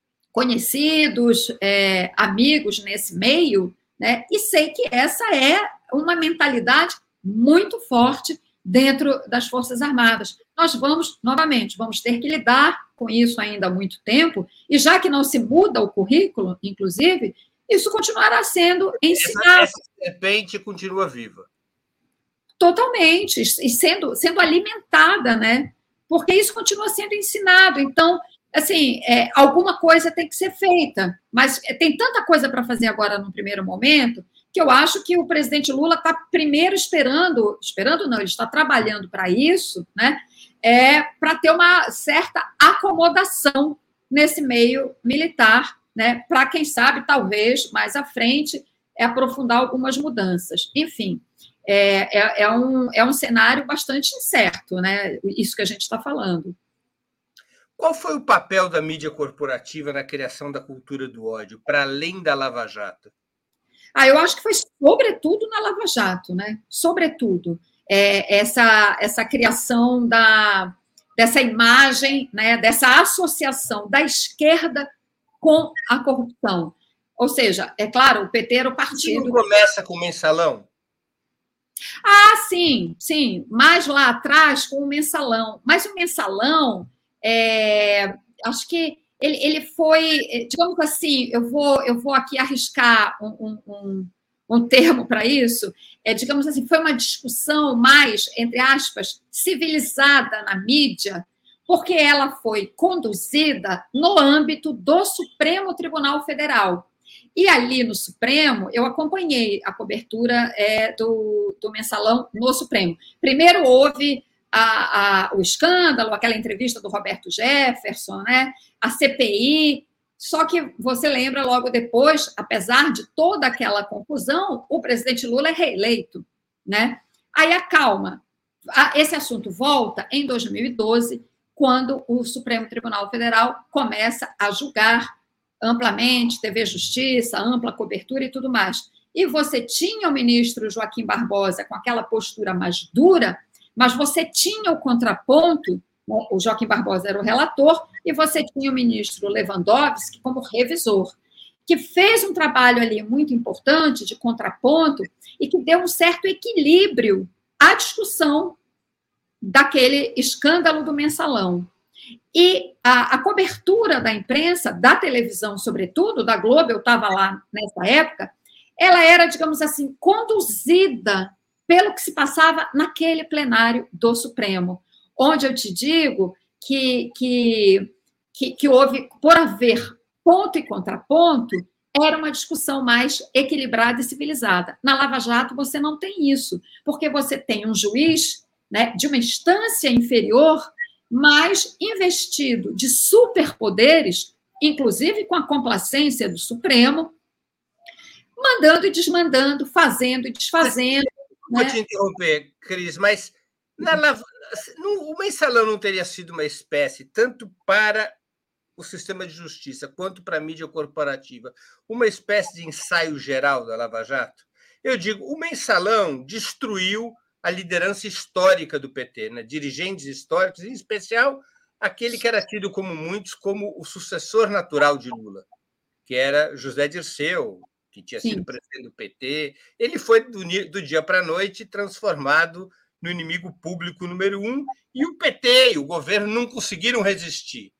conhecidos, é, amigos nesse meio, né? E sei que essa é uma mentalidade muito forte dentro das Forças Armadas. Nós vamos, novamente, vamos ter que lidar com isso ainda há muito tempo, e já que não se muda o currículo, inclusive, isso continuará sendo ensinado. Essa, essa serpente continua viva. Totalmente, e sendo, sendo alimentada, né? Porque isso continua sendo ensinado. Então, assim, é, alguma coisa tem que ser feita, mas tem tanta coisa para fazer agora no primeiro momento, que eu acho que o presidente Lula está primeiro esperando, esperando não, ele está trabalhando para isso, né? É, para ter uma certa acomodação nesse meio militar, né? Para, quem sabe, talvez, mais à frente, é aprofundar algumas mudanças. Enfim, é, é, é, um, é um cenário bastante incerto, né? Isso que a gente está falando. Qual foi o papel da mídia corporativa na criação da cultura do ódio, para além da Lava Jato? Ah, eu acho que foi sobretudo na Lava Jato, né? Sobretudo. É, essa, essa criação da, dessa imagem, né? Dessa associação da esquerda com a corrupção. Ou seja, é claro, o P T era o partido... Não começa com o mensalão? Ah, sim, sim. Mais lá atrás com o mensalão. Mas o mensalão, é, acho que Ele, ele foi, digamos assim, eu vou, eu vou aqui arriscar um, um, um termo para isso, é, digamos assim, foi uma discussão mais, entre aspas, civilizada na mídia, porque ela foi conduzida no âmbito do Supremo Tribunal Federal. E ali no Supremo, eu acompanhei a cobertura é, do, do mensalão no Supremo. Primeiro houve a, a, o escândalo, aquela entrevista do Roberto Jefferson, né? A C P I. Só que você lembra logo depois, apesar de toda aquela confusão, o presidente Lula é reeleito, né? Aí acalma. Esse assunto volta em dois mil e doze, quando o Supremo Tribunal Federal começa a julgar amplamente, T V Justiça, ampla cobertura e tudo mais. E você tinha o ministro Joaquim Barbosa com aquela postura mais dura, mas você tinha o contraponto, o Joaquim Barbosa era o relator, e você tinha o ministro Lewandowski como revisor, que fez um trabalho ali muito importante de contraponto e que deu um certo equilíbrio à discussão daquele escândalo do Mensalão. E a, a cobertura da imprensa, da televisão, sobretudo, da Globo, eu estava lá nessa época, ela era, digamos assim, conduzida pelo que se passava naquele plenário do Supremo, onde eu te digo que, que, que, que houve, por haver ponto e contraponto, era uma discussão mais equilibrada e civilizada. Na Lava Jato, você não tem isso, porque você tem um juiz, né, de uma instância inferior, mas investido de superpoderes, inclusive com a complacência do Supremo, mandando e desmandando, fazendo e desfazendo. Vou né? te interromper, Cris, mas na Lava, o Mensalão não teria sido uma espécie, tanto para o sistema de justiça quanto para a mídia corporativa, uma espécie de ensaio geral da Lava Jato? Eu digo, o Mensalão destruiu a liderança histórica do P T, né? Dirigentes históricos, em especial aquele que era tido como muitos como o sucessor natural de Lula, que era José Dirceu, que tinha Sim. sido presidente do P T. Ele foi, do, do dia para a noite, transformado no inimigo público número um, e o P T e o governo não conseguiram resistir.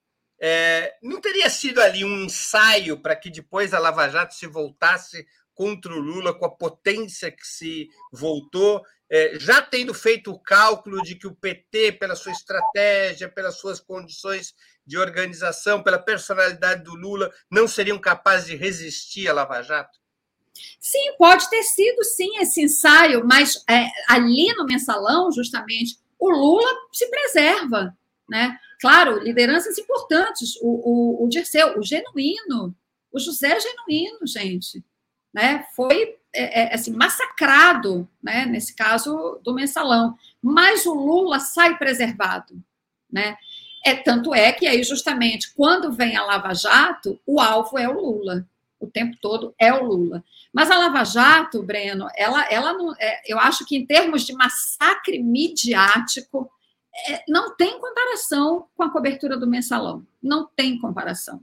É, não teria sido ali um ensaio para que depois a Lava Jato se voltasse contra o Lula com a potência que se voltou, é, já tendo feito o cálculo de que o P T, pela sua estratégia, pelas suas condições de organização, pela personalidade do Lula, não seriam capazes de resistir à Lava Jato? Sim, pode ter sido, sim, esse ensaio, mas é, ali no Mensalão, justamente, o Lula se preserva, né? Claro, lideranças importantes, o, o, o Dirceu, o genuíno, o José Genuíno, gente, né? Foi é, é, assim, massacrado, né? Nesse caso do Mensalão, mas o Lula sai preservado, né? É, tanto é que aí, justamente, quando vem a Lava Jato, o alvo é o Lula. O tempo todo é o Lula. Mas a Lava Jato, Breno, ela, ela não, é, eu acho que em termos de massacre midiático, é, não tem comparação com a cobertura do Mensalão. Não tem comparação.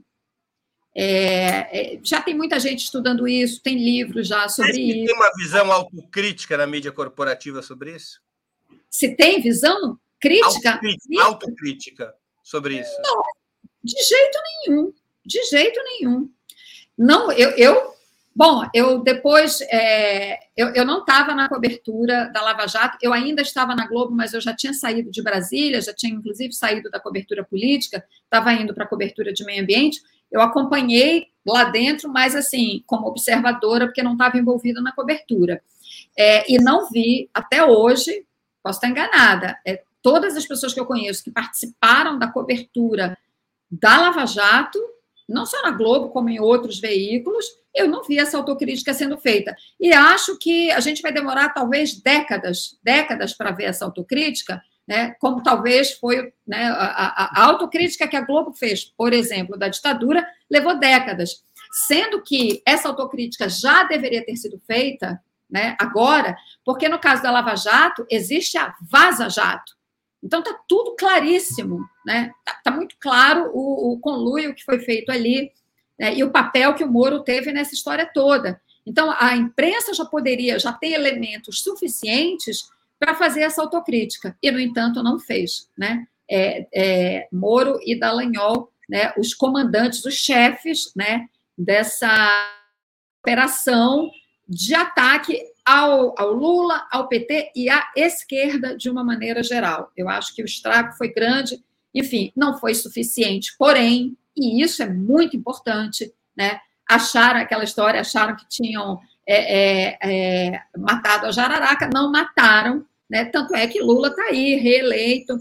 É, é, já tem muita gente estudando isso, tem livros já sobre Mas isso. Tem uma visão autocrítica na mídia corporativa sobre isso? Se tem visão crítica? Autocrítica, autocrítica sobre isso? Não, de jeito nenhum. De jeito nenhum. Não, eu, eu bom, eu depois, é, eu, eu não estava na cobertura da Lava Jato, eu ainda estava na Globo, mas eu já tinha saído de Brasília, já tinha inclusive saído da cobertura política, estava indo para a cobertura de meio ambiente, eu acompanhei lá dentro, mas assim, como observadora, porque não estava envolvida na cobertura. É, e não vi, até hoje, posso estar enganada, é, todas as pessoas que eu conheço que participaram da cobertura da Lava Jato, não só na Globo, como em outros veículos, eu não vi essa autocrítica sendo feita. E acho que a gente vai demorar, talvez, décadas, décadas para ver essa autocrítica, né? Como talvez foi, né, a, a autocrítica que a Globo fez, por exemplo, da ditadura, levou décadas. Sendo que essa autocrítica já deveria ter sido feita, né, agora, porque no caso da Lava Jato, existe a Vaza Jato. Então, está tudo claríssimo, né? Está tá muito claro o, o conluio que foi feito ali, né? E o papel que o Moro teve nessa história toda. Então, a imprensa já poderia, já tem elementos suficientes para fazer essa autocrítica, e, no entanto, não fez, né? É, é, Moro e Dallagnol, né, os comandantes, os chefes, né, dessa operação de ataque Ao, ao Lula, ao P T e à esquerda de uma maneira geral. Eu acho que o estrago foi grande, enfim, não foi suficiente, porém, e isso é muito importante, né? Acharam aquela história, acharam que tinham é, é, é, matado a jararaca, não mataram, né? Tanto é que Lula está aí, reeleito,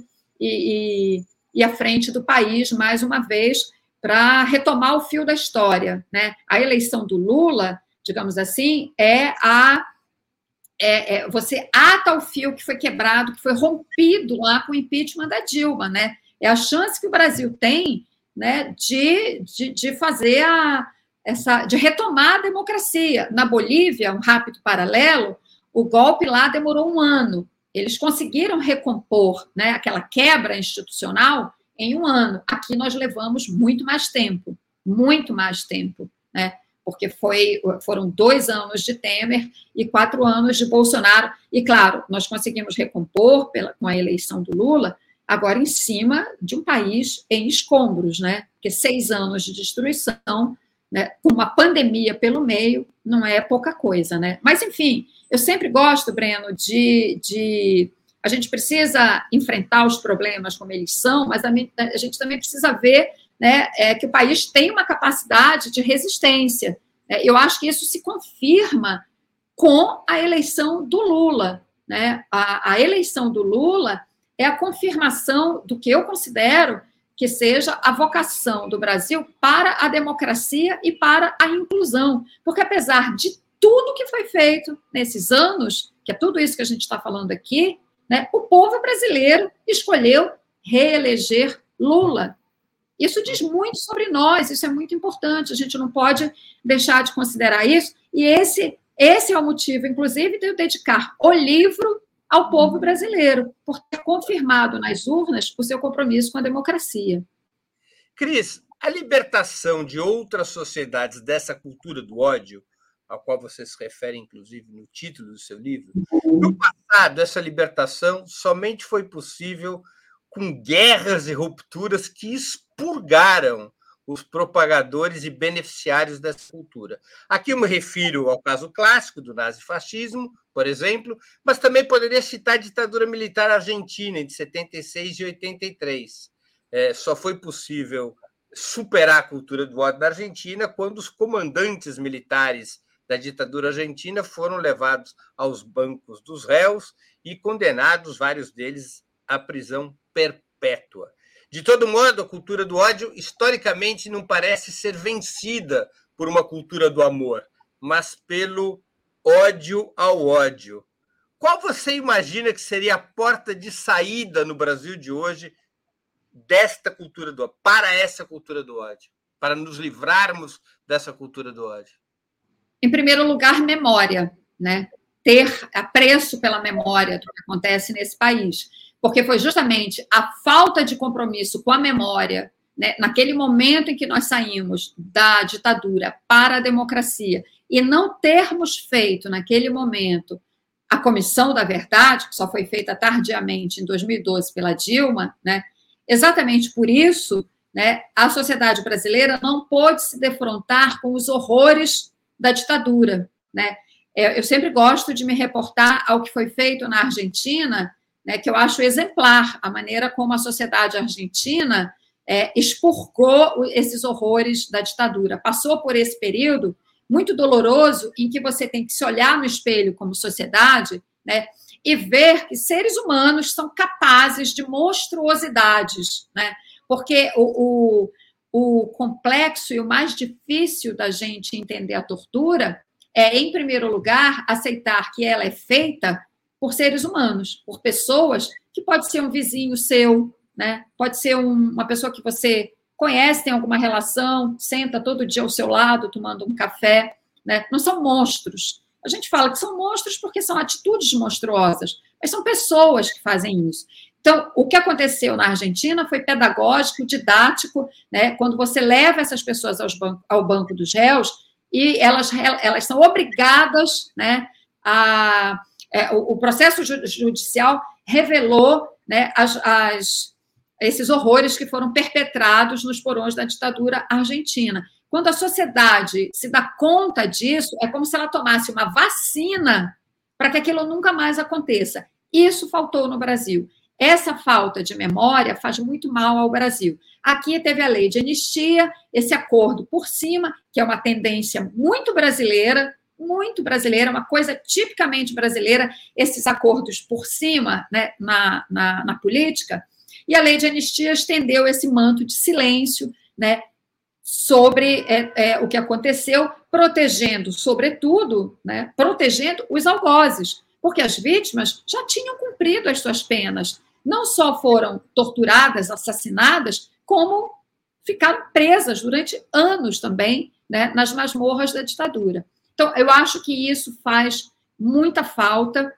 e, e, e à frente do país, mais uma vez, para retomar o fio da história, né? A eleição do Lula, digamos assim, é a... É, é, você ata o fio que foi quebrado, que foi rompido lá com o impeachment da Dilma, né? É a chance que o Brasil tem, né, de, de, de fazer a, essa, de retomar a democracia. Na Bolívia, um rápido paralelo, o golpe lá demorou um ano. Eles conseguiram recompor, né, aquela quebra institucional em um ano. Aqui nós levamos muito mais tempo, muito mais tempo, né? Porque foi, foram dois anos de Temer e quatro anos de Bolsonaro. E, claro, nós conseguimos recompor pela, com a eleição do Lula, agora em cima de um país em escombros, né? Porque seis anos de destruição, né, com uma pandemia pelo meio, não é pouca coisa, né? Mas, enfim, eu sempre gosto, Breno, de... de a gente precisa enfrentar os problemas como eles são, mas a, a gente também precisa ver, né, é, que o país tem uma capacidade de resistência. É, eu acho que isso se confirma com a eleição do Lula, né? A, a eleição do Lula é a confirmação do que eu considero que seja a vocação do Brasil para a democracia e para a inclusão. Porque, apesar de tudo que foi feito nesses anos, que é tudo isso que a gente está falando aqui, né, o povo brasileiro escolheu reeleger Lula. Isso diz muito sobre nós, isso é muito importante, a gente não pode deixar de considerar isso, e esse, esse é o motivo, inclusive, de eu dedicar o livro ao povo brasileiro, por ter confirmado nas urnas o seu compromisso com a democracia. Cris, a libertação de outras sociedades dessa cultura do ódio, ao qual você se refere, inclusive, no título do seu livro, no passado, essa libertação somente foi possível com guerras e rupturas que expurgaram os propagadores e beneficiários dessa cultura. Aqui eu me refiro ao caso clássico do nazifascismo, por exemplo, mas também poderia citar a ditadura militar argentina, de setenta e seis e oitenta e três. É, só foi possível superar a cultura do ódio na Argentina quando os comandantes militares da ditadura argentina foram levados aos bancos dos réus e condenados, vários deles, à prisão perpétua. De todo modo, a cultura do ódio, historicamente, não parece ser vencida por uma cultura do amor, mas pelo ódio ao ódio. Qual você imagina que seria a porta de saída no Brasil de hoje desta cultura do ódio, para essa cultura do ódio, para nos livrarmos dessa cultura do ódio? Em primeiro lugar, memória, né? Ter apreço pela memória do que acontece nesse país. Porque foi justamente a falta de compromisso com a memória, né, naquele momento em que nós saímos da ditadura para a democracia, e não termos feito, naquele momento, a Comissão da Verdade, que só foi feita tardiamente, em dois mil e doze, pela Dilma, né, exatamente por isso, né, a sociedade brasileira não pôde se defrontar com os horrores da ditadura, né? Eu sempre gosto de me reportar ao que foi feito na Argentina, né, que eu acho exemplar a maneira como a sociedade argentina é, expurgou esses horrores da ditadura. Passou por esse período muito doloroso em que você tem que se olhar no espelho como sociedade, né, e ver que seres humanos são capazes de monstruosidades, né? Porque o, o O complexo e o mais difícil da gente entender a tortura é, em primeiro lugar, aceitar que ela é feita por seres humanos, por pessoas que pode ser um vizinho seu, né? Pode ser um, uma pessoa que você conhece, tem alguma relação, senta todo dia ao seu lado, tomando um café, né? Não são monstros. A gente fala que são monstros porque são atitudes monstruosas, mas são pessoas que fazem isso. Então, o que aconteceu na Argentina foi pedagógico, didático, né? Quando você leva essas pessoas aos banco, ao banco dos réus e elas, elas são obrigadas, né, a... É, o, o processo judicial revelou, né, as, as, esses horrores que foram perpetrados nos porões da ditadura argentina. Quando a sociedade se dá conta disso, é como se ela tomasse uma vacina para que aquilo nunca mais aconteça. Isso faltou no Brasil. Essa falta de memória faz muito mal ao Brasil. Aqui teve a lei de anistia, esse acordo por cima, que é uma tendência muito brasileira, muito brasileira, uma coisa tipicamente brasileira, esses acordos por cima, né, na, na, na política, e a lei de anistia estendeu esse manto de silêncio, né, sobre é, é, o que aconteceu, protegendo, sobretudo, né, protegendo os algozes, porque as vítimas já tinham cumprido as suas penas, não só foram torturadas, assassinadas, como ficaram presas durante anos também, né, nas masmorras da ditadura. Então, eu acho que isso faz muita falta,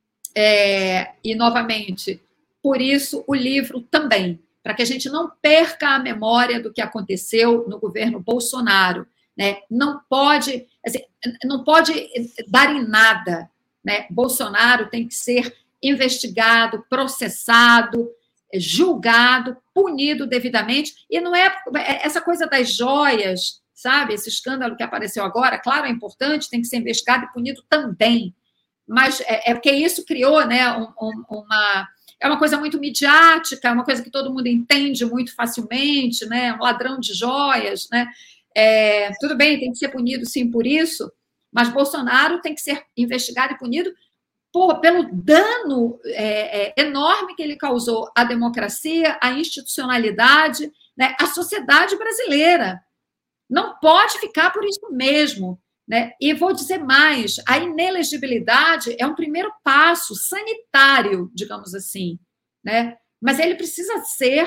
é, e, novamente, por isso o livro também, para que a gente não perca a memória do que aconteceu no governo Bolsonaro, né? Não pode, assim, não pode dar em nada, né? Bolsonaro tem que ser investigado, processado, julgado, punido devidamente, e não é essa coisa das joias, sabe? Esse escândalo que apareceu agora, claro, é importante, tem que ser investigado e punido também, mas é, é porque isso criou, né, um, um, uma... É uma coisa muito midiática, é uma coisa que todo mundo entende muito facilmente, né? Um ladrão de joias, né? É, tudo bem, tem que ser punido, sim, por isso, mas Bolsonaro tem que ser investigado e punido por, pelo dano é, é, enorme que ele causou à democracia, à institucionalidade, né? À sociedade brasileira. Não pode ficar por isso mesmo. Né? E vou dizer mais, a inelegibilidade é um primeiro passo sanitário, digamos assim, né? Mas ele precisa ser,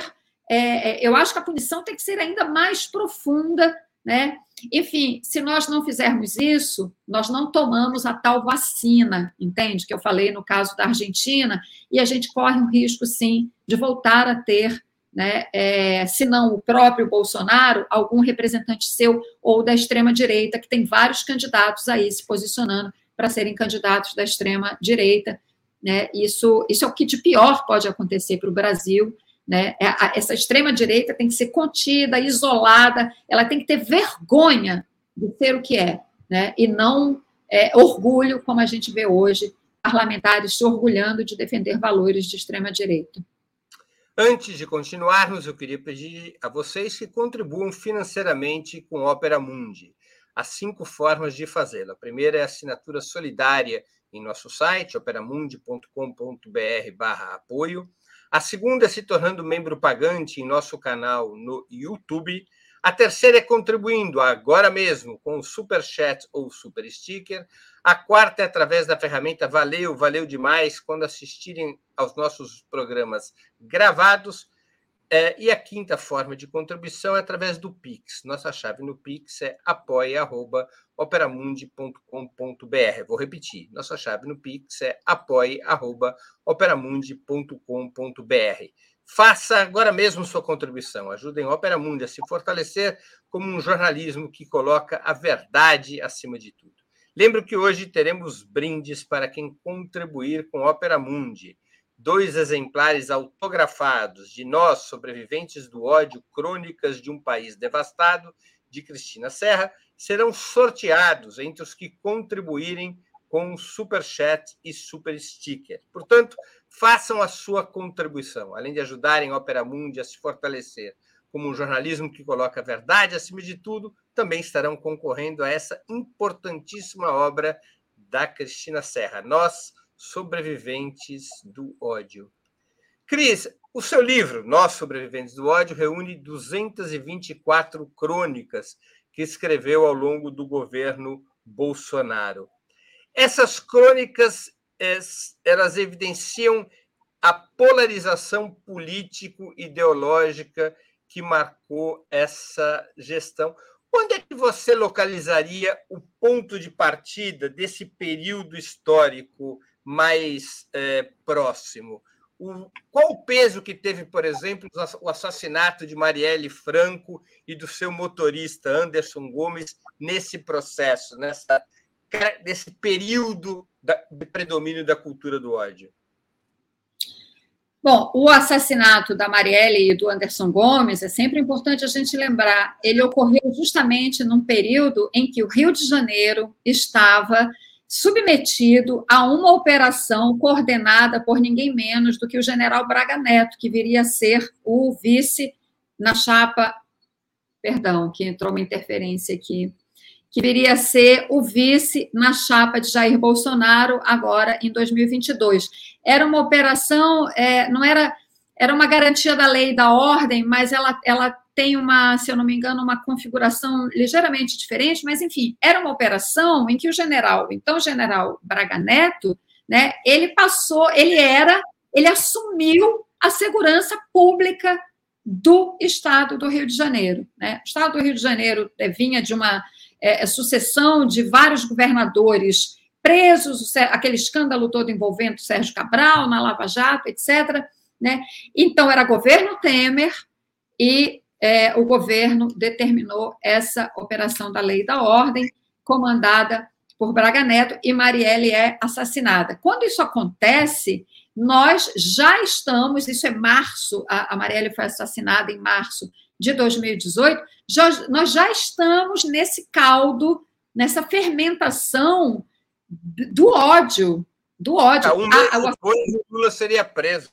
é, eu acho que a punição tem que ser ainda mais profunda, né? Enfim, se nós não fizermos isso, nós não tomamos a tal vacina, entende? Que eu falei no caso da Argentina, e a gente corre um risco, sim, de voltar a ter, né, é, se não o próprio Bolsonaro, algum representante seu ou da extrema-direita, que tem vários candidatos aí se posicionando para serem candidatos da extrema-direita. Né? Isso, isso é o que de pior pode acontecer para o Brasil. Né? Essa extrema-direita tem que ser contida, isolada, ela tem que ter vergonha de ser o que é, né? E não é, orgulho, como a gente vê hoje, parlamentares se orgulhando de defender valores de extrema-direita. Antes de continuarmos, eu queria pedir a vocês que contribuam financeiramente com Opera Mundi. Há cinco formas de fazê-lo. A primeira é a assinatura solidária em nosso site, operamundi ponto com ponto br barra apoio. A segunda é se tornando membro pagante em nosso canal no YouTube. A terceira é contribuindo agora mesmo com o Super Chat ou Super Sticker. A quarta é através da ferramenta Valeu, valeu demais, quando assistirem aos nossos programas gravados. É, e a quinta forma de contribuição é através do Pix. Nossa chave no Pix é apoia arroba operamundi ponto com ponto br. Vou repetir. Nossa chave no Pix é apoia arroba operamundi ponto com ponto br. Faça agora mesmo sua contribuição. Ajudem a Opera Mundi a se fortalecer como um jornalismo que coloca a verdade acima de tudo. Lembro que hoje teremos brindes para quem contribuir com Opera Mundi. Dois exemplares autografados de Nós, Sobreviventes do Ódio, Crônicas de um País Devastado, de Cristina Serra, serão sorteados entre os que contribuírem com o Super Chat e Super Sticker. Portanto, façam a sua contribuição. Além de ajudarem a Opera Mundi a se fortalecer como um jornalismo que coloca a verdade acima de tudo, também estarão concorrendo a essa importantíssima obra da Cristina Serra, Nós, Sobreviventes do Ódio. Cris, o seu livro, Nós, Sobreviventes do Ódio, reúne duzentas e vinte e quatro crônicas que escreveu ao longo do governo Bolsonaro. Essas crônicas, elas evidenciam a polarização político-ideológica que marcou essa gestão. Onde é que você localizaria o ponto de partida desse período histórico mais é, próximo? O, qual o peso que teve, por exemplo, o assassinato de Marielle Franco e do seu motorista Anderson Gomes nesse processo, nessa desse período de predomínio da cultura do ódio? Bom, o assassinato da Marielle e do Anderson Gomes, é sempre importante a gente lembrar, ele ocorreu justamente num período em que o Rio de Janeiro estava submetido a uma operação coordenada por ninguém menos do que o general Braga Neto, que viria a ser o vice na chapa... Perdão, que entrou uma interferência aqui. que viria a ser o vice na chapa de Jair Bolsonaro, agora em dois mil e vinte e dois. Era uma operação, é, não era, era uma garantia da lei e da ordem, mas ela, ela tem uma, se eu não me engano, uma configuração ligeiramente diferente, mas, enfim, era uma operação em que o general, então o general Braga Neto, né, ele passou, ele era, ele assumiu a segurança pública do Estado do Rio de Janeiro. Né? O Estado do Rio de Janeiro é, vinha de uma é, sucessão de vários governadores presos, aquele escândalo todo envolvendo Sérgio Cabral, na Lava Jato, etcétera. Né? Então, era governo Temer e é, o governo determinou essa operação da lei e da ordem, comandada por Braga Neto, e Marielle é assassinada. Quando isso acontece, nós já estamos, isso é março, a Marielle foi assassinada em março de dois mil e dezoito, já, nós já estamos nesse caldo, nessa fermentação do ódio, do ódio. Ah, um mês a, depois, o Lula seria preso.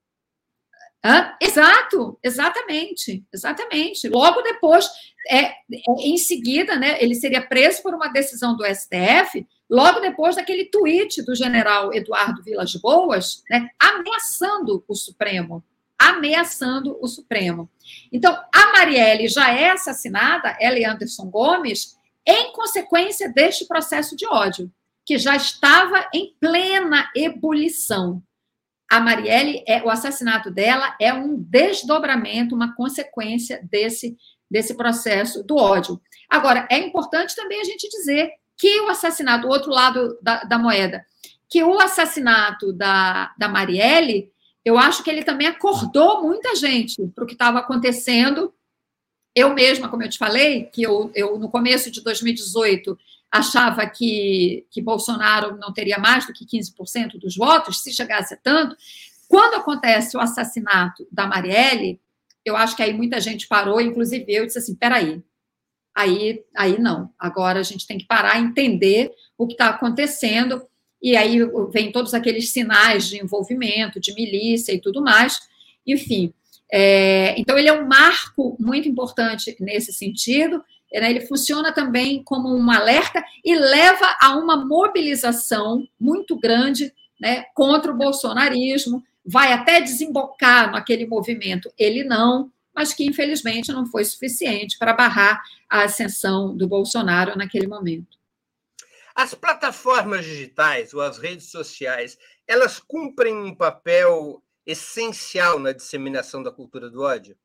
Hã? Exato, exatamente, exatamente. Logo depois, é, é, em seguida, né, ele seria preso por uma decisão do S T F, logo depois daquele tweet do general Eduardo Vilas Boas, né, ameaçando o Supremo, ameaçando o Supremo. Então, a Marielle já é assassinada, ela e Anderson Gomes, em consequência deste processo de ódio, que já estava em plena ebulição. A Marielle, é, o assassinato dela é um desdobramento, uma consequência desse, desse processo do ódio. Agora, é importante também a gente dizer que o assassinato, o outro lado da, da moeda, que o assassinato da, da Marielle, eu acho que ele também acordou muita gente para o que estava acontecendo. Eu mesma, como eu te falei, que eu, eu no começo de dois mil e dezoito achava que, que Bolsonaro não teria mais do que quinze por cento dos votos, se chegasse a tanto. Quando acontece o assassinato da Marielle, eu acho que aí muita gente parou, inclusive eu, disse assim, peraí, aí, aí não, agora a gente tem que parar e entender o que está acontecendo, e aí vem todos aqueles sinais de envolvimento, de milícia e tudo mais, enfim. É, então, ele é um marco muito importante nesse sentido. Ele funciona também como um alerta e leva a uma mobilização muito grande, né, contra o bolsonarismo, vai até desembocar naquele movimento, ele não, mas que, infelizmente, não foi suficiente para barrar a ascensão do Bolsonaro naquele momento. As plataformas digitais ou as redes sociais, elas cumprem um papel essencial na disseminação da cultura do ódio?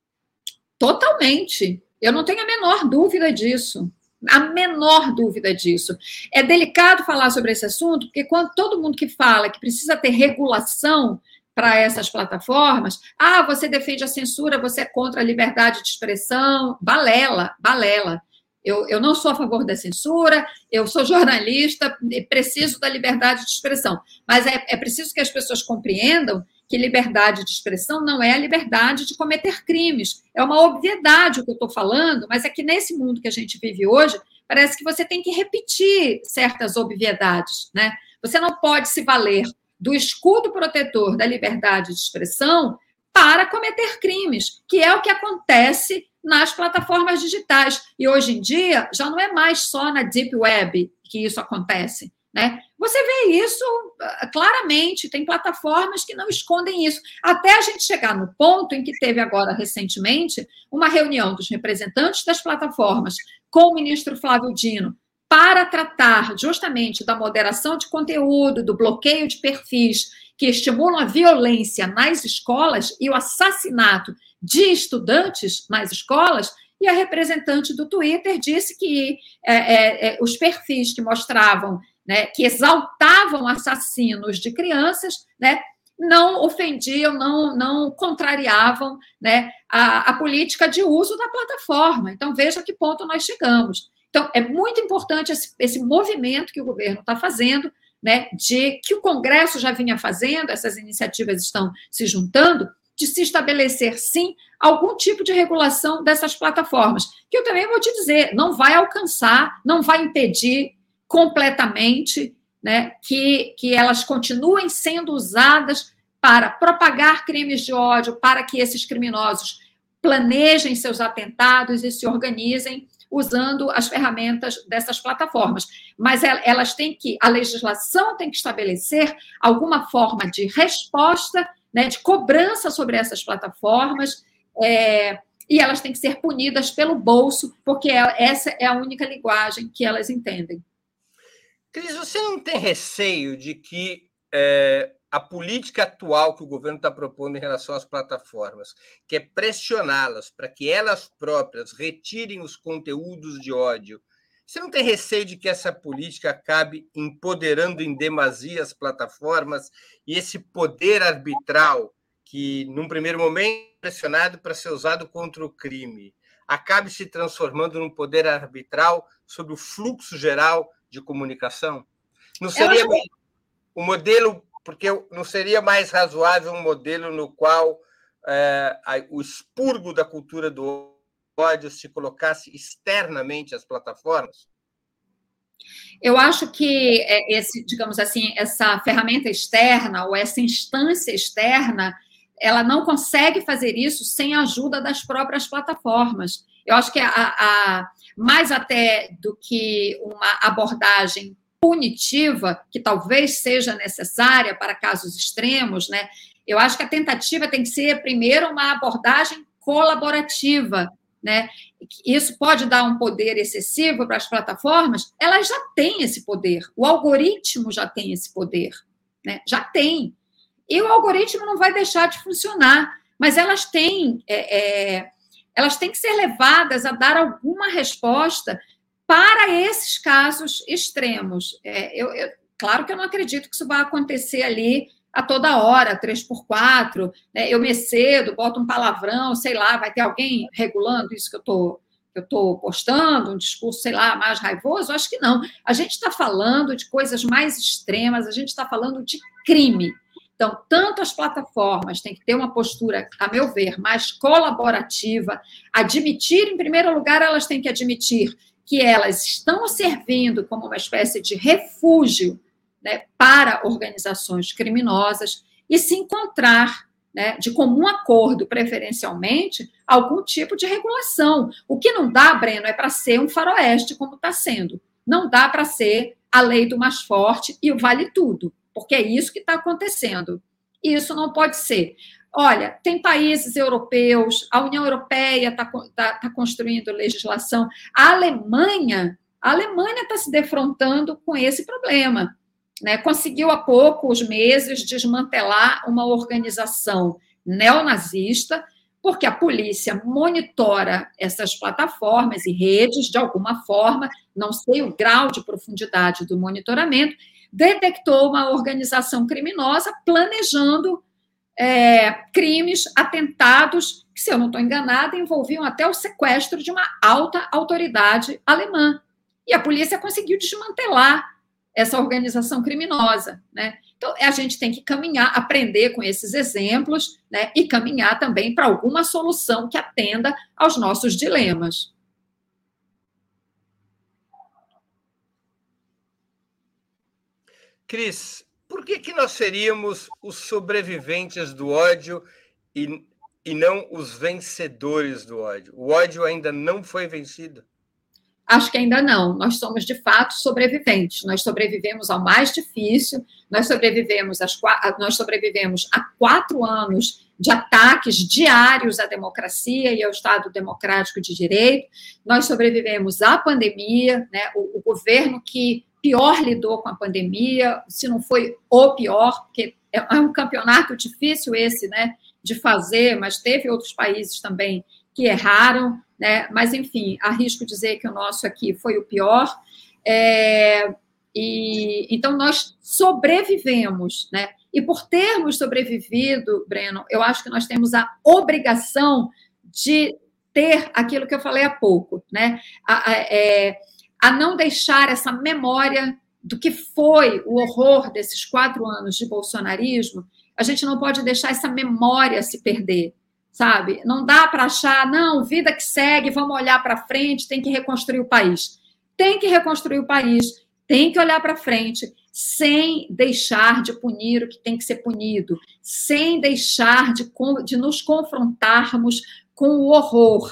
Totalmente. Eu não tenho a menor dúvida disso. A menor dúvida disso. É delicado falar sobre esse assunto, porque quando todo mundo que fala que precisa ter regulação para essas plataformas, ah, você defende a censura, você é contra a liberdade de expressão, balela, balela. Eu, eu não sou a favor da censura, eu sou jornalista, preciso da liberdade de expressão. Mas é, é preciso que as pessoas compreendam que liberdade de expressão não é a liberdade de cometer crimes. É uma obviedade o que eu estou falando, mas é que nesse mundo que a gente vive hoje, parece que você tem que repetir certas obviedades, né? Você não pode se valer do escudo protetor da liberdade de expressão para cometer crimes, que é o que acontece nas plataformas digitais. E hoje em dia, já não é mais só na Deep Web que isso acontece, né? Você vê isso claramente, tem plataformas que não escondem isso. Até a gente chegar no ponto em que teve agora, recentemente, uma reunião dos representantes das plataformas com o ministro Flávio Dino para tratar justamente da moderação de conteúdo, do bloqueio de perfis que estimulam a violência nas escolas e o assassinato de estudantes nas escolas. E a representante do Twitter disse que é, é, é, os perfis que mostravam, né, que exaltavam assassinos de crianças, né, não ofendiam, não, não contrariavam, né, a, a política de uso da plataforma. Então, veja a que ponto nós chegamos. Então, é muito importante esse, esse movimento que o governo está fazendo, né, de que o Congresso já vinha fazendo, essas iniciativas estão se juntando, de se estabelecer, sim, algum tipo de regulação dessas plataformas, que eu também vou te dizer, não vai alcançar, não vai impedir completamente, né, que, que elas continuem sendo usadas para propagar crimes de ódio, para que esses criminosos planejem seus atentados e se organizem, usando as ferramentas dessas plataformas. Mas elas têm que, a legislação tem que estabelecer alguma forma de resposta, né, de cobrança sobre essas plataformas, é, e elas têm que ser punidas pelo bolso, porque essa é a única linguagem que elas entendem. Cris, você não tem receio de que é, a política atual que o governo está propondo em relação às plataformas, que é pressioná-las para que elas próprias retirem os conteúdos de ódio, você não tem receio de que essa política acabe empoderando em demasia as plataformas e esse poder arbitral que, num primeiro momento, é pressionado para ser usado contra o crime, acabe se transformando num poder arbitral sobre o fluxo geral de comunicação? Não seria Ela... o modelo, porque não seria mais razoável um modelo no qual é, o expurgo da cultura do ódio se colocasse externamente às plataformas? Eu acho que esse, digamos assim, essa ferramenta externa ou essa instância externa, ela não consegue fazer isso sem a ajuda das próprias plataformas. Eu acho que a, a mais até do que uma abordagem punitiva, que talvez seja necessária para casos extremos, né? Eu acho que a tentativa tem que ser, primeiro, uma abordagem colaborativa, né? Isso pode dar um poder excessivo para as plataformas, elas já têm esse poder, o algoritmo já tem esse poder, né? Já tem. E o algoritmo não vai deixar de funcionar, mas elas têm, é, é, elas têm que ser levadas a dar alguma resposta para esses casos extremos. É, eu, eu, claro que eu não acredito que isso vai acontecer ali a toda hora, três por quatro, né? Eu me excedo, boto um palavrão, sei lá, vai ter alguém regulando isso que eu estou eu estou postando, um discurso, sei lá, mais raivoso? Acho que não. A gente está falando de coisas mais extremas, a gente está falando de crime. Então, tanto as plataformas têm que ter uma postura, a meu ver, mais colaborativa, admitir, em primeiro lugar, elas têm que admitir que elas estão servindo como uma espécie de refúgio, né, para organizações criminosas e se encontrar, né, de comum acordo, preferencialmente, algum tipo de regulação. O que não dá, Breno, é para ser um faroeste como está sendo. Não dá para ser a lei do mais forte e o vale tudo, porque é isso que está acontecendo. E isso não pode ser. Olha, tem países europeus, a União Europeia está tá, tá construindo legislação, a Alemanha, a Alemanha está se defrontando com esse problema, né? Conseguiu há poucos meses desmantelar uma organização neonazista, porque a polícia monitora essas plataformas e redes de alguma forma, não sei o grau de profundidade do monitoramento, detectou uma organização criminosa planejando é, crimes, atentados, que, se eu não estou enganada, envolviam até o sequestro de uma alta autoridade alemã. E a polícia conseguiu desmantelar essa organização criminosa, né? Então, a gente tem que caminhar, aprender com esses exemplos, né? E caminhar também para alguma solução que atenda aos nossos dilemas. Cris, por que, que nós seríamos os sobreviventes do ódio e, e não os vencedores do ódio? O ódio ainda não foi vencido? Acho que ainda não. Nós somos, de fato, sobreviventes. Nós sobrevivemos ao mais difícil, nós sobrevivemos, às, nós sobrevivemos a quatro anos de ataques diários à democracia e ao Estado democrático de direito, nós sobrevivemos à pandemia, né? o, o governo que pior lidou com a pandemia, se não foi o pior, porque é um campeonato difícil esse, né, de fazer, mas teve outros países também que erraram, né? Mas, enfim, arrisco dizer que o nosso aqui foi o pior. É, e, então, nós sobrevivemos, né? E por termos sobrevivido, Breno, eu acho que nós temos a obrigação de ter aquilo que eu falei há pouco, né? A, a, é, a não deixar essa memória do que foi o horror desses quatro anos de bolsonarismo, a gente não pode deixar essa memória se perder, sabe? Não dá para achar, não, vida que segue, vamos olhar para frente, tem que reconstruir o país. Tem que reconstruir o país, tem que olhar para frente, sem deixar de punir o que tem que ser punido, sem deixar de, de nos confrontarmos com o horror,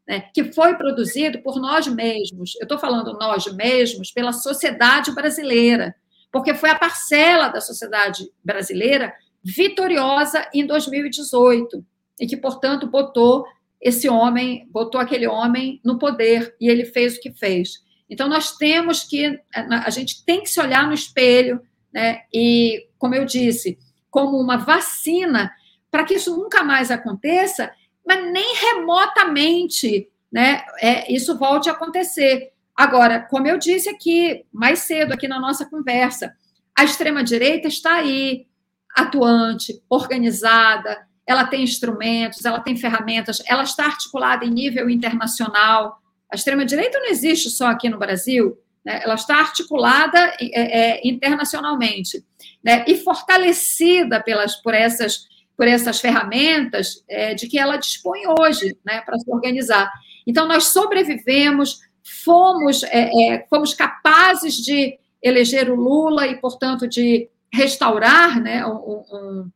né, que foi produzido por nós mesmos. Eu estou falando nós mesmos pela sociedade brasileira, porque foi a parcela da sociedade brasileira vitoriosa em dois mil e dezoito, e que, portanto, botou esse homem, botou aquele homem no poder, e ele fez o que fez. Então, nós temos que, a gente tem que se olhar no espelho, né, e, como eu disse, como uma vacina, para que isso nunca mais aconteça, mas nem remotamente, né, é, isso volte a acontecer. Agora, como eu disse aqui, mais cedo, aqui na nossa conversa, a extrema-direita está aí, atuante, organizada, ela tem instrumentos, ela tem ferramentas, ela está articulada em nível internacional. A extrema-direita não existe só aqui no Brasil, né? Ela está articulada é, é, internacionalmente, né? E fortalecida pelas, por, essas, por essas ferramentas é, de que ela dispõe hoje, né, para se organizar. Então, nós sobrevivemos, fomos, é, é, fomos capazes de eleger o Lula e, portanto, de restaurar, né, um, um,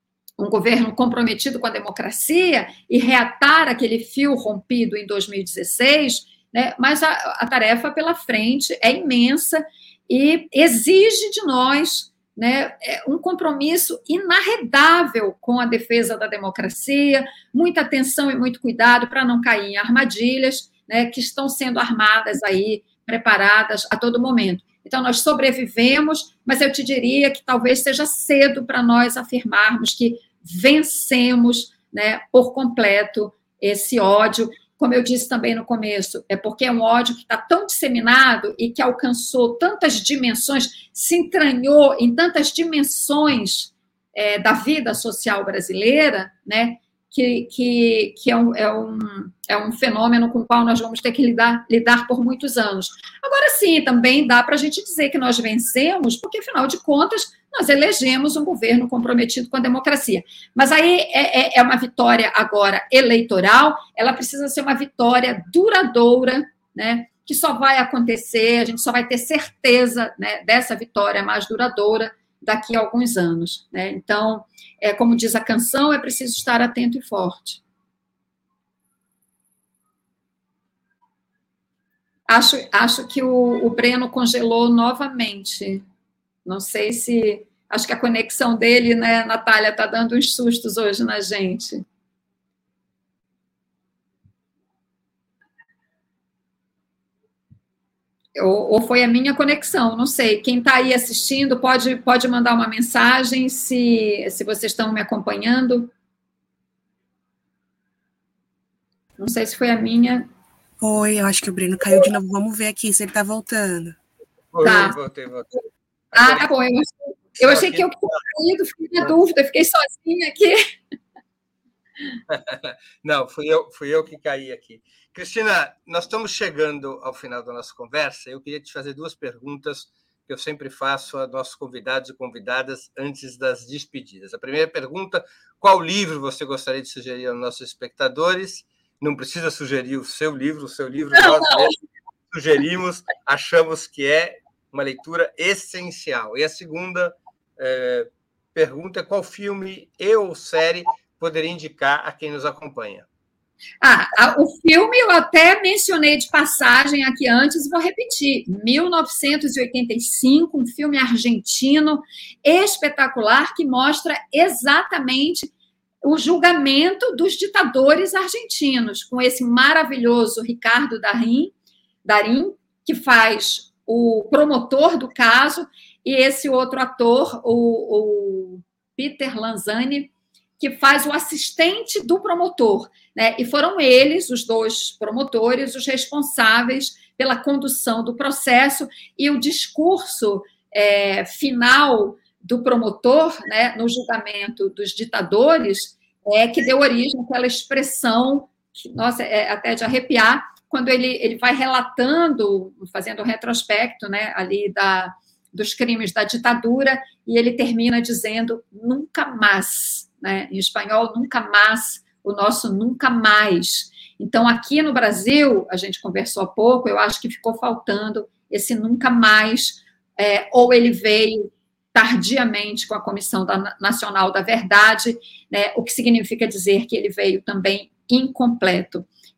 um governo comprometido com a democracia e reatar aquele fio rompido em dois mil e dezesseis, né, mas a, a tarefa pela frente é imensa e exige de nós, né, um compromisso inarredável com a defesa da democracia, muita atenção e muito cuidado para não cair em armadilhas, né, que estão sendo armadas aí, preparadas a todo momento. Então, nós sobrevivemos, mas eu te diria que talvez seja cedo para nós afirmarmos que vencemos, né, por completo esse ódio. Como eu disse também no começo, é porque é um ódio que está tão disseminado e que alcançou tantas dimensões, se entranhou em tantas dimensões é, da vida social brasileira, né, que, que, que é, um, é, um, é um fenômeno com o qual nós vamos ter que lidar, lidar por muitos anos. Agora, sim, também dá para a gente dizer que nós vencemos, porque, afinal de contas, nós elegemos um governo comprometido com a democracia. Mas aí é, é uma vitória agora eleitoral, ela precisa ser uma vitória duradoura, né, que só vai acontecer, a gente só vai ter certeza, né, dessa vitória mais duradoura daqui a alguns anos, né? Então, é, como diz a canção, é preciso estar atento e forte. Acho, acho que o, o Breno congelou novamente. Não sei se... Acho que a conexão dele, né, Natália, está dando uns sustos hoje na gente. Ou, ou foi a minha conexão, não sei. Quem está aí assistindo pode, pode mandar uma mensagem se, se vocês estão me acompanhando. Não sei se foi a minha. Oi, eu acho que o Breno caiu de novo. Vamos ver aqui se ele está voltando. Oi, tá. voltei, voltei. Ah, tá bom. Eu, eu achei que eu tinha caído, fiquei na dúvida, fiquei sozinha aqui. Não, fui eu, fui eu que caí aqui. Cristina, nós estamos chegando ao final da nossa conversa. Eu queria te fazer duas perguntas que eu sempre faço a nossos convidados e convidadas antes das despedidas. A primeira pergunta, qual livro você gostaria de sugerir aos nossos espectadores? Não precisa sugerir o seu livro, o seu livro nós mesmos sugerimos, achamos que é uma leitura essencial. E a segunda é, pergunta é qual filme e ou série poderia indicar a quem nos acompanha? Ah, o filme eu até mencionei de passagem aqui antes e vou repetir. mil novecentos e oitenta e cinco, um filme argentino espetacular que mostra exatamente o julgamento dos ditadores argentinos, com esse maravilhoso Ricardo Darín, Darín, que faz o promotor do caso, e esse outro ator, o, o Peter Lanzani, que faz o assistente do promotor, né? E foram eles, os dois promotores, os responsáveis pela condução do processo, e o discurso é, final do promotor, né, no julgamento dos ditadores, é que deu origem àquela expressão, que, nossa, é até de arrepiar, quando ele, ele vai relatando, fazendo um retrospecto, né, ali da, dos crimes da ditadura, e ele termina dizendo nunca mais, né, em espanhol, nunca mais, o nosso nunca mais. Então, aqui no Brasil, a gente conversou há pouco, eu acho que ficou faltando esse nunca mais, é, ou ele veio tardiamente com a Comissão da, Nacional da Verdade, né, o que significa dizer que ele veio também incompleto.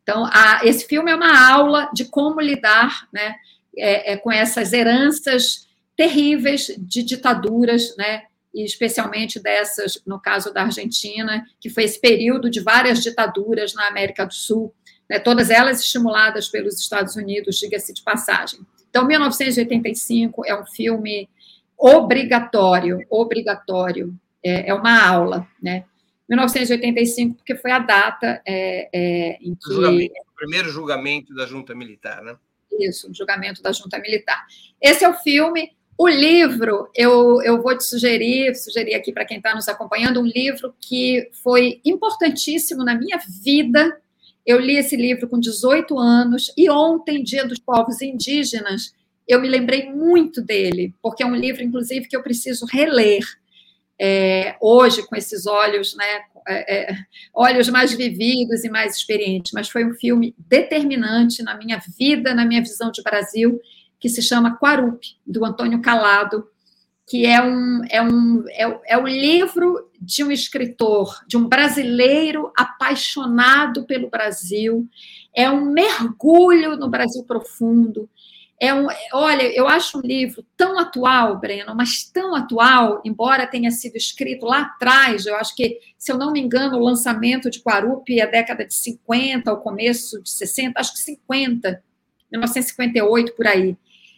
Então, a, esse filme é uma aula de como lidar, né, é, é, com essas heranças terríveis de ditaduras, né, e especialmente dessas, no caso da Argentina, que foi esse período de várias ditaduras na América do Sul, né, todas elas estimuladas pelos Estados Unidos, diga-se de passagem. Então, mil novecentos e oitenta e cinco é um filme obrigatório, obrigatório, é, é uma aula, né? mil novecentos e oitenta e cinco, porque foi a data é, é, em que... Julgamento, o primeiro julgamento da junta militar, né? Isso, o julgamento da junta militar. Esse é o filme. O livro, eu, eu vou te sugerir, sugerir aqui para quem está nos acompanhando, um livro que foi importantíssimo na minha vida. Eu li esse livro com dezoito anos, e ontem, Dia dos Povos Indígenas, eu me lembrei muito dele, porque é um livro, inclusive, que eu preciso reler é, hoje, com esses olhos, né, é, é, olhos mais vividos e mais experientes, mas foi um filme determinante na minha vida, na minha visão de Brasil, que se chama Quarupi, do Antônio Calado, que é um, é um é, é o livro de um escritor, de um brasileiro apaixonado pelo Brasil, é um mergulho no Brasil profundo. É um, olha, eu acho um livro tão atual, Breno, mas tão atual, embora tenha sido escrito lá atrás, eu acho que, se eu não me engano, o lançamento de Quarupi é a década de cinquenta, ao começo de sessenta, acho que cinquenta, mil novecentos e cinquenta e oito, por aí.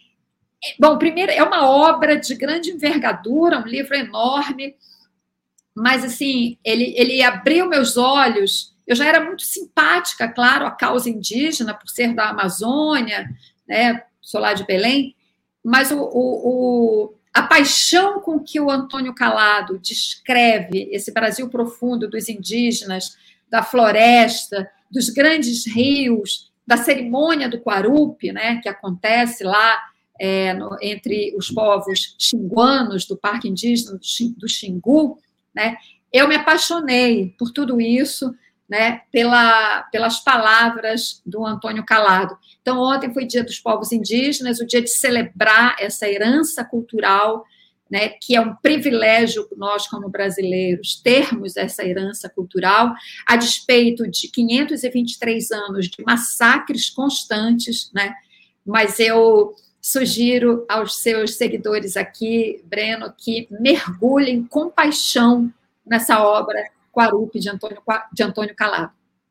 Bom, primeiro, é uma obra de grande envergadura, um livro enorme, mas, assim, ele, ele abriu meus olhos. Eu já era muito simpática, claro, à causa indígena, por ser da Amazônia, né, sou lá de Belém, mas o, o, o, a paixão com que o Antônio Calado descreve esse Brasil profundo dos indígenas, da floresta, dos grandes rios, da cerimônia do Quarupi, né, que acontece lá, É, no, entre os povos xinguanos do Parque Indígena do Xingu, né, eu me apaixonei por tudo isso, né, pela, pelas palavras do Antônio Calado. Então, ontem foi Dia dos Povos Indígenas, o dia de celebrar essa herança cultural, né, que é um privilégio nós, como brasileiros, termos essa herança cultural, a despeito de quinhentos e vinte e três anos de massacres constantes, né, mas eu sugiro aos seus seguidores aqui, Breno, que mergulhem com paixão nessa obra Quarupi, de Antônio, de Antônio Calado.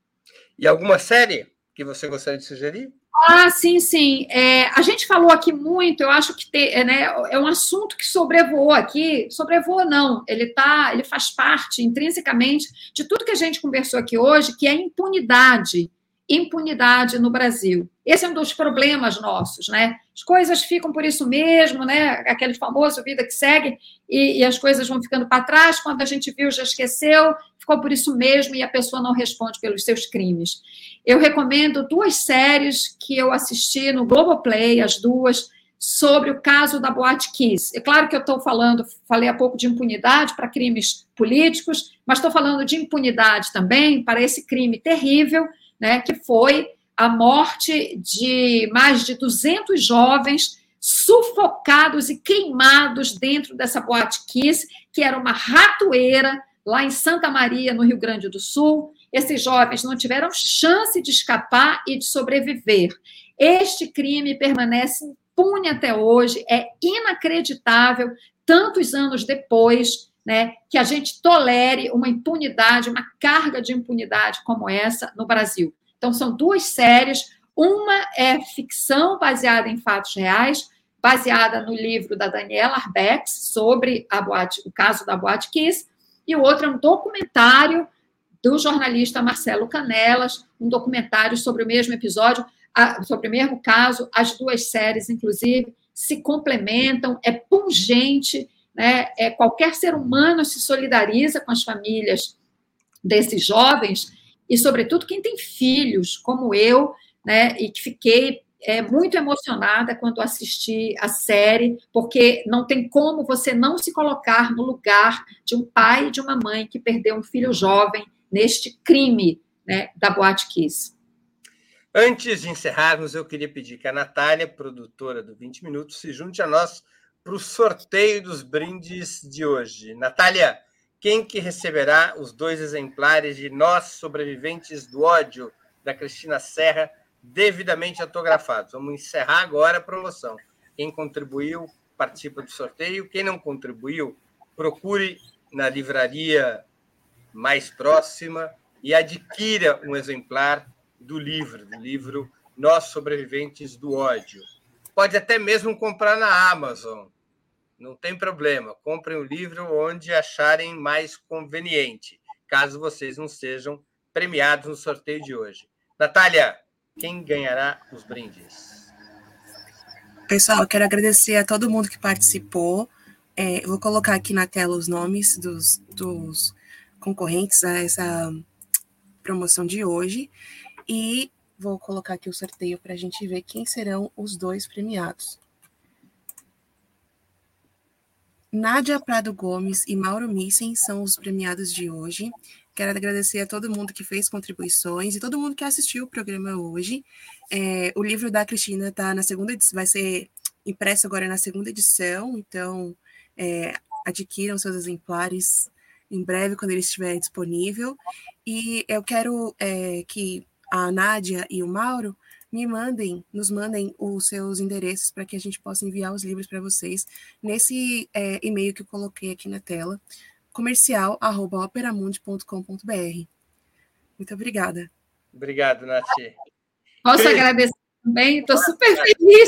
E alguma série que você gostaria de sugerir? Ah, sim, sim. É, a gente falou aqui muito, eu acho que tem, é, né, é um assunto que sobrevoou aqui, sobrevoou não, ele, tá, ele faz parte intrinsecamente de tudo que a gente conversou aqui hoje, que é a impunidade. Impunidade no Brasil. Esse é um dos problemas nossos, né? As coisas ficam por isso mesmo, né? Aquele famoso vida que segue, e, e as coisas vão ficando para trás, quando a gente viu, já esqueceu, ficou por isso mesmo, e a pessoa não responde pelos seus crimes. Eu recomendo duas séries que eu assisti no Globoplay, as duas, sobre o caso da Boate Kiss. É claro que eu estou falando, falei há pouco de impunidade para crimes políticos, mas estou falando de impunidade também para esse crime terrível, né, que foi a morte de mais de duzentos jovens sufocados e queimados dentro dessa Boate Kiss, que era uma ratoeira lá em Santa Maria, no Rio Grande do Sul. Esses jovens não tiveram chance de escapar e de sobreviver. Este crime permanece impune até hoje, é inacreditável, tantos anos depois, né, que a gente tolere uma impunidade, uma carga de impunidade como essa no Brasil. Então, são duas séries, uma é ficção baseada em fatos reais, baseada no livro da Daniela Arbex, sobre a boate, o caso da Boate Kiss, e o outro é um documentário do jornalista Marcelo Canelas, um documentário sobre o mesmo episódio, sobre o mesmo caso. As duas séries, inclusive, se complementam, é pungente, né? É, qualquer ser humano se solidariza com as famílias desses jovens, e, sobretudo, quem tem filhos, como eu, né? E que fiquei é, muito emocionada quando assisti a série, porque não tem como você não se colocar no lugar de um pai e de uma mãe que perdeu um filho jovem neste crime, né, da Boate Kiss. Antes de encerrarmos, eu queria pedir que a Natália, produtora do vinte Minutos, se junte a nós para o sorteio dos brindes de hoje. Natália, quem que receberá os dois exemplares de Nós Sobreviventes do Ódio, da Cristina Serra, devidamente autografados. Vamos encerrar agora a promoção. Quem contribuiu, participa do sorteio. Quem não contribuiu, procure na livraria mais próxima e adquira um exemplar do livro, do livro Nós Sobreviventes do Ódio. Pode até mesmo comprar na Amazon, não tem problema. Comprem o livro onde acharem mais conveniente, caso vocês não sejam premiados no sorteio de hoje. Natália, quem ganhará os brindes? Pessoal, eu quero agradecer a todo mundo que participou. É, eu vou colocar aqui na tela os nomes dos, dos concorrentes a essa promoção de hoje. E vou colocar aqui o sorteio para a gente ver quem serão os dois premiados. Nádia Prado Gomes e Mauro Missen são os premiados de hoje. Quero agradecer a todo mundo que fez contribuições e todo mundo que assistiu o programa hoje. É, o livro da Cristina tá na segunda edição, vai ser impresso agora na segunda edição, então é, adquiram seus exemplares em breve, quando ele estiver disponível. E eu quero é, que a Nádia e o Mauro me mandem, nos mandem os seus endereços para que a gente possa enviar os livros para vocês nesse é, e-mail que eu coloquei aqui na tela, comercial arroba operamundi ponto com ponto br. Muito obrigada. Obrigado, Nath. Posso Cris. agradecer também? Estou super feliz.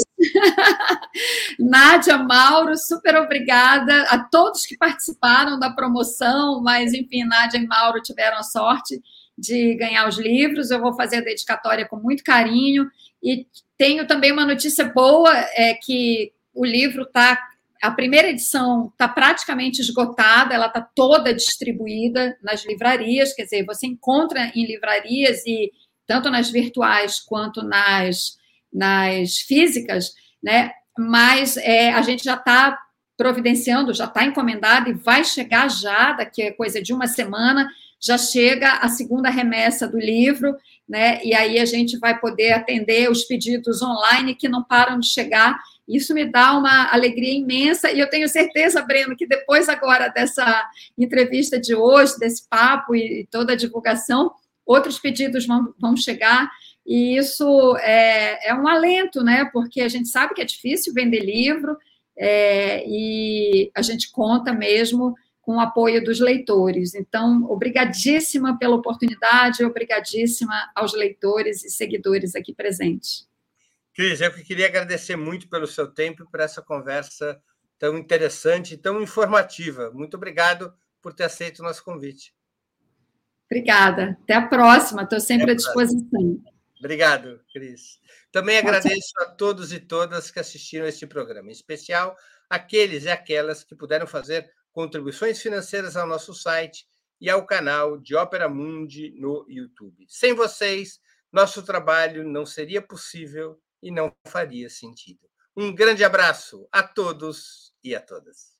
Nádia, Mauro, super obrigada a todos que participaram da promoção, mas, enfim, Nádia e Mauro tiveram a sorte de ganhar os livros. Eu vou fazer a dedicatória com muito carinho. E tenho também uma notícia boa, é que o livro está... A primeira edição está praticamente esgotada, ela está toda distribuída nas livrarias, quer dizer, você encontra em livrarias, e tanto nas virtuais quanto nas, nas físicas, né? Mas é, a gente já está providenciando, já está encomendado e vai chegar já, daqui a coisa de uma semana, já chega a segunda remessa do livro, né? E aí a gente vai poder atender os pedidos online que não param de chegar. Isso me dá uma alegria imensa, e eu tenho certeza, Breno, que depois agora dessa entrevista de hoje, desse papo e toda a divulgação, outros pedidos vão, vão chegar, e isso é, é um alento, né? Porque a gente sabe que é difícil vender livro, é, e a gente conta mesmo com o apoio dos leitores. Então, obrigadíssima pela oportunidade, obrigadíssima aos leitores e seguidores aqui presentes. Cris, eu queria agradecer muito pelo seu tempo e por essa conversa tão interessante e tão informativa. Muito obrigado por ter aceito o nosso convite. Obrigada. Até a próxima. Estou sempre à disposição. Obrigado, Cris. Também agradeço a todos e todas que assistiram a este programa, em especial aqueles e aquelas que puderam fazer contribuições financeiras ao nosso site e ao canal de Ópera Mundi no YouTube. Sem vocês, nosso trabalho não seria possível e não faria sentido. Um grande abraço a todos e a todas.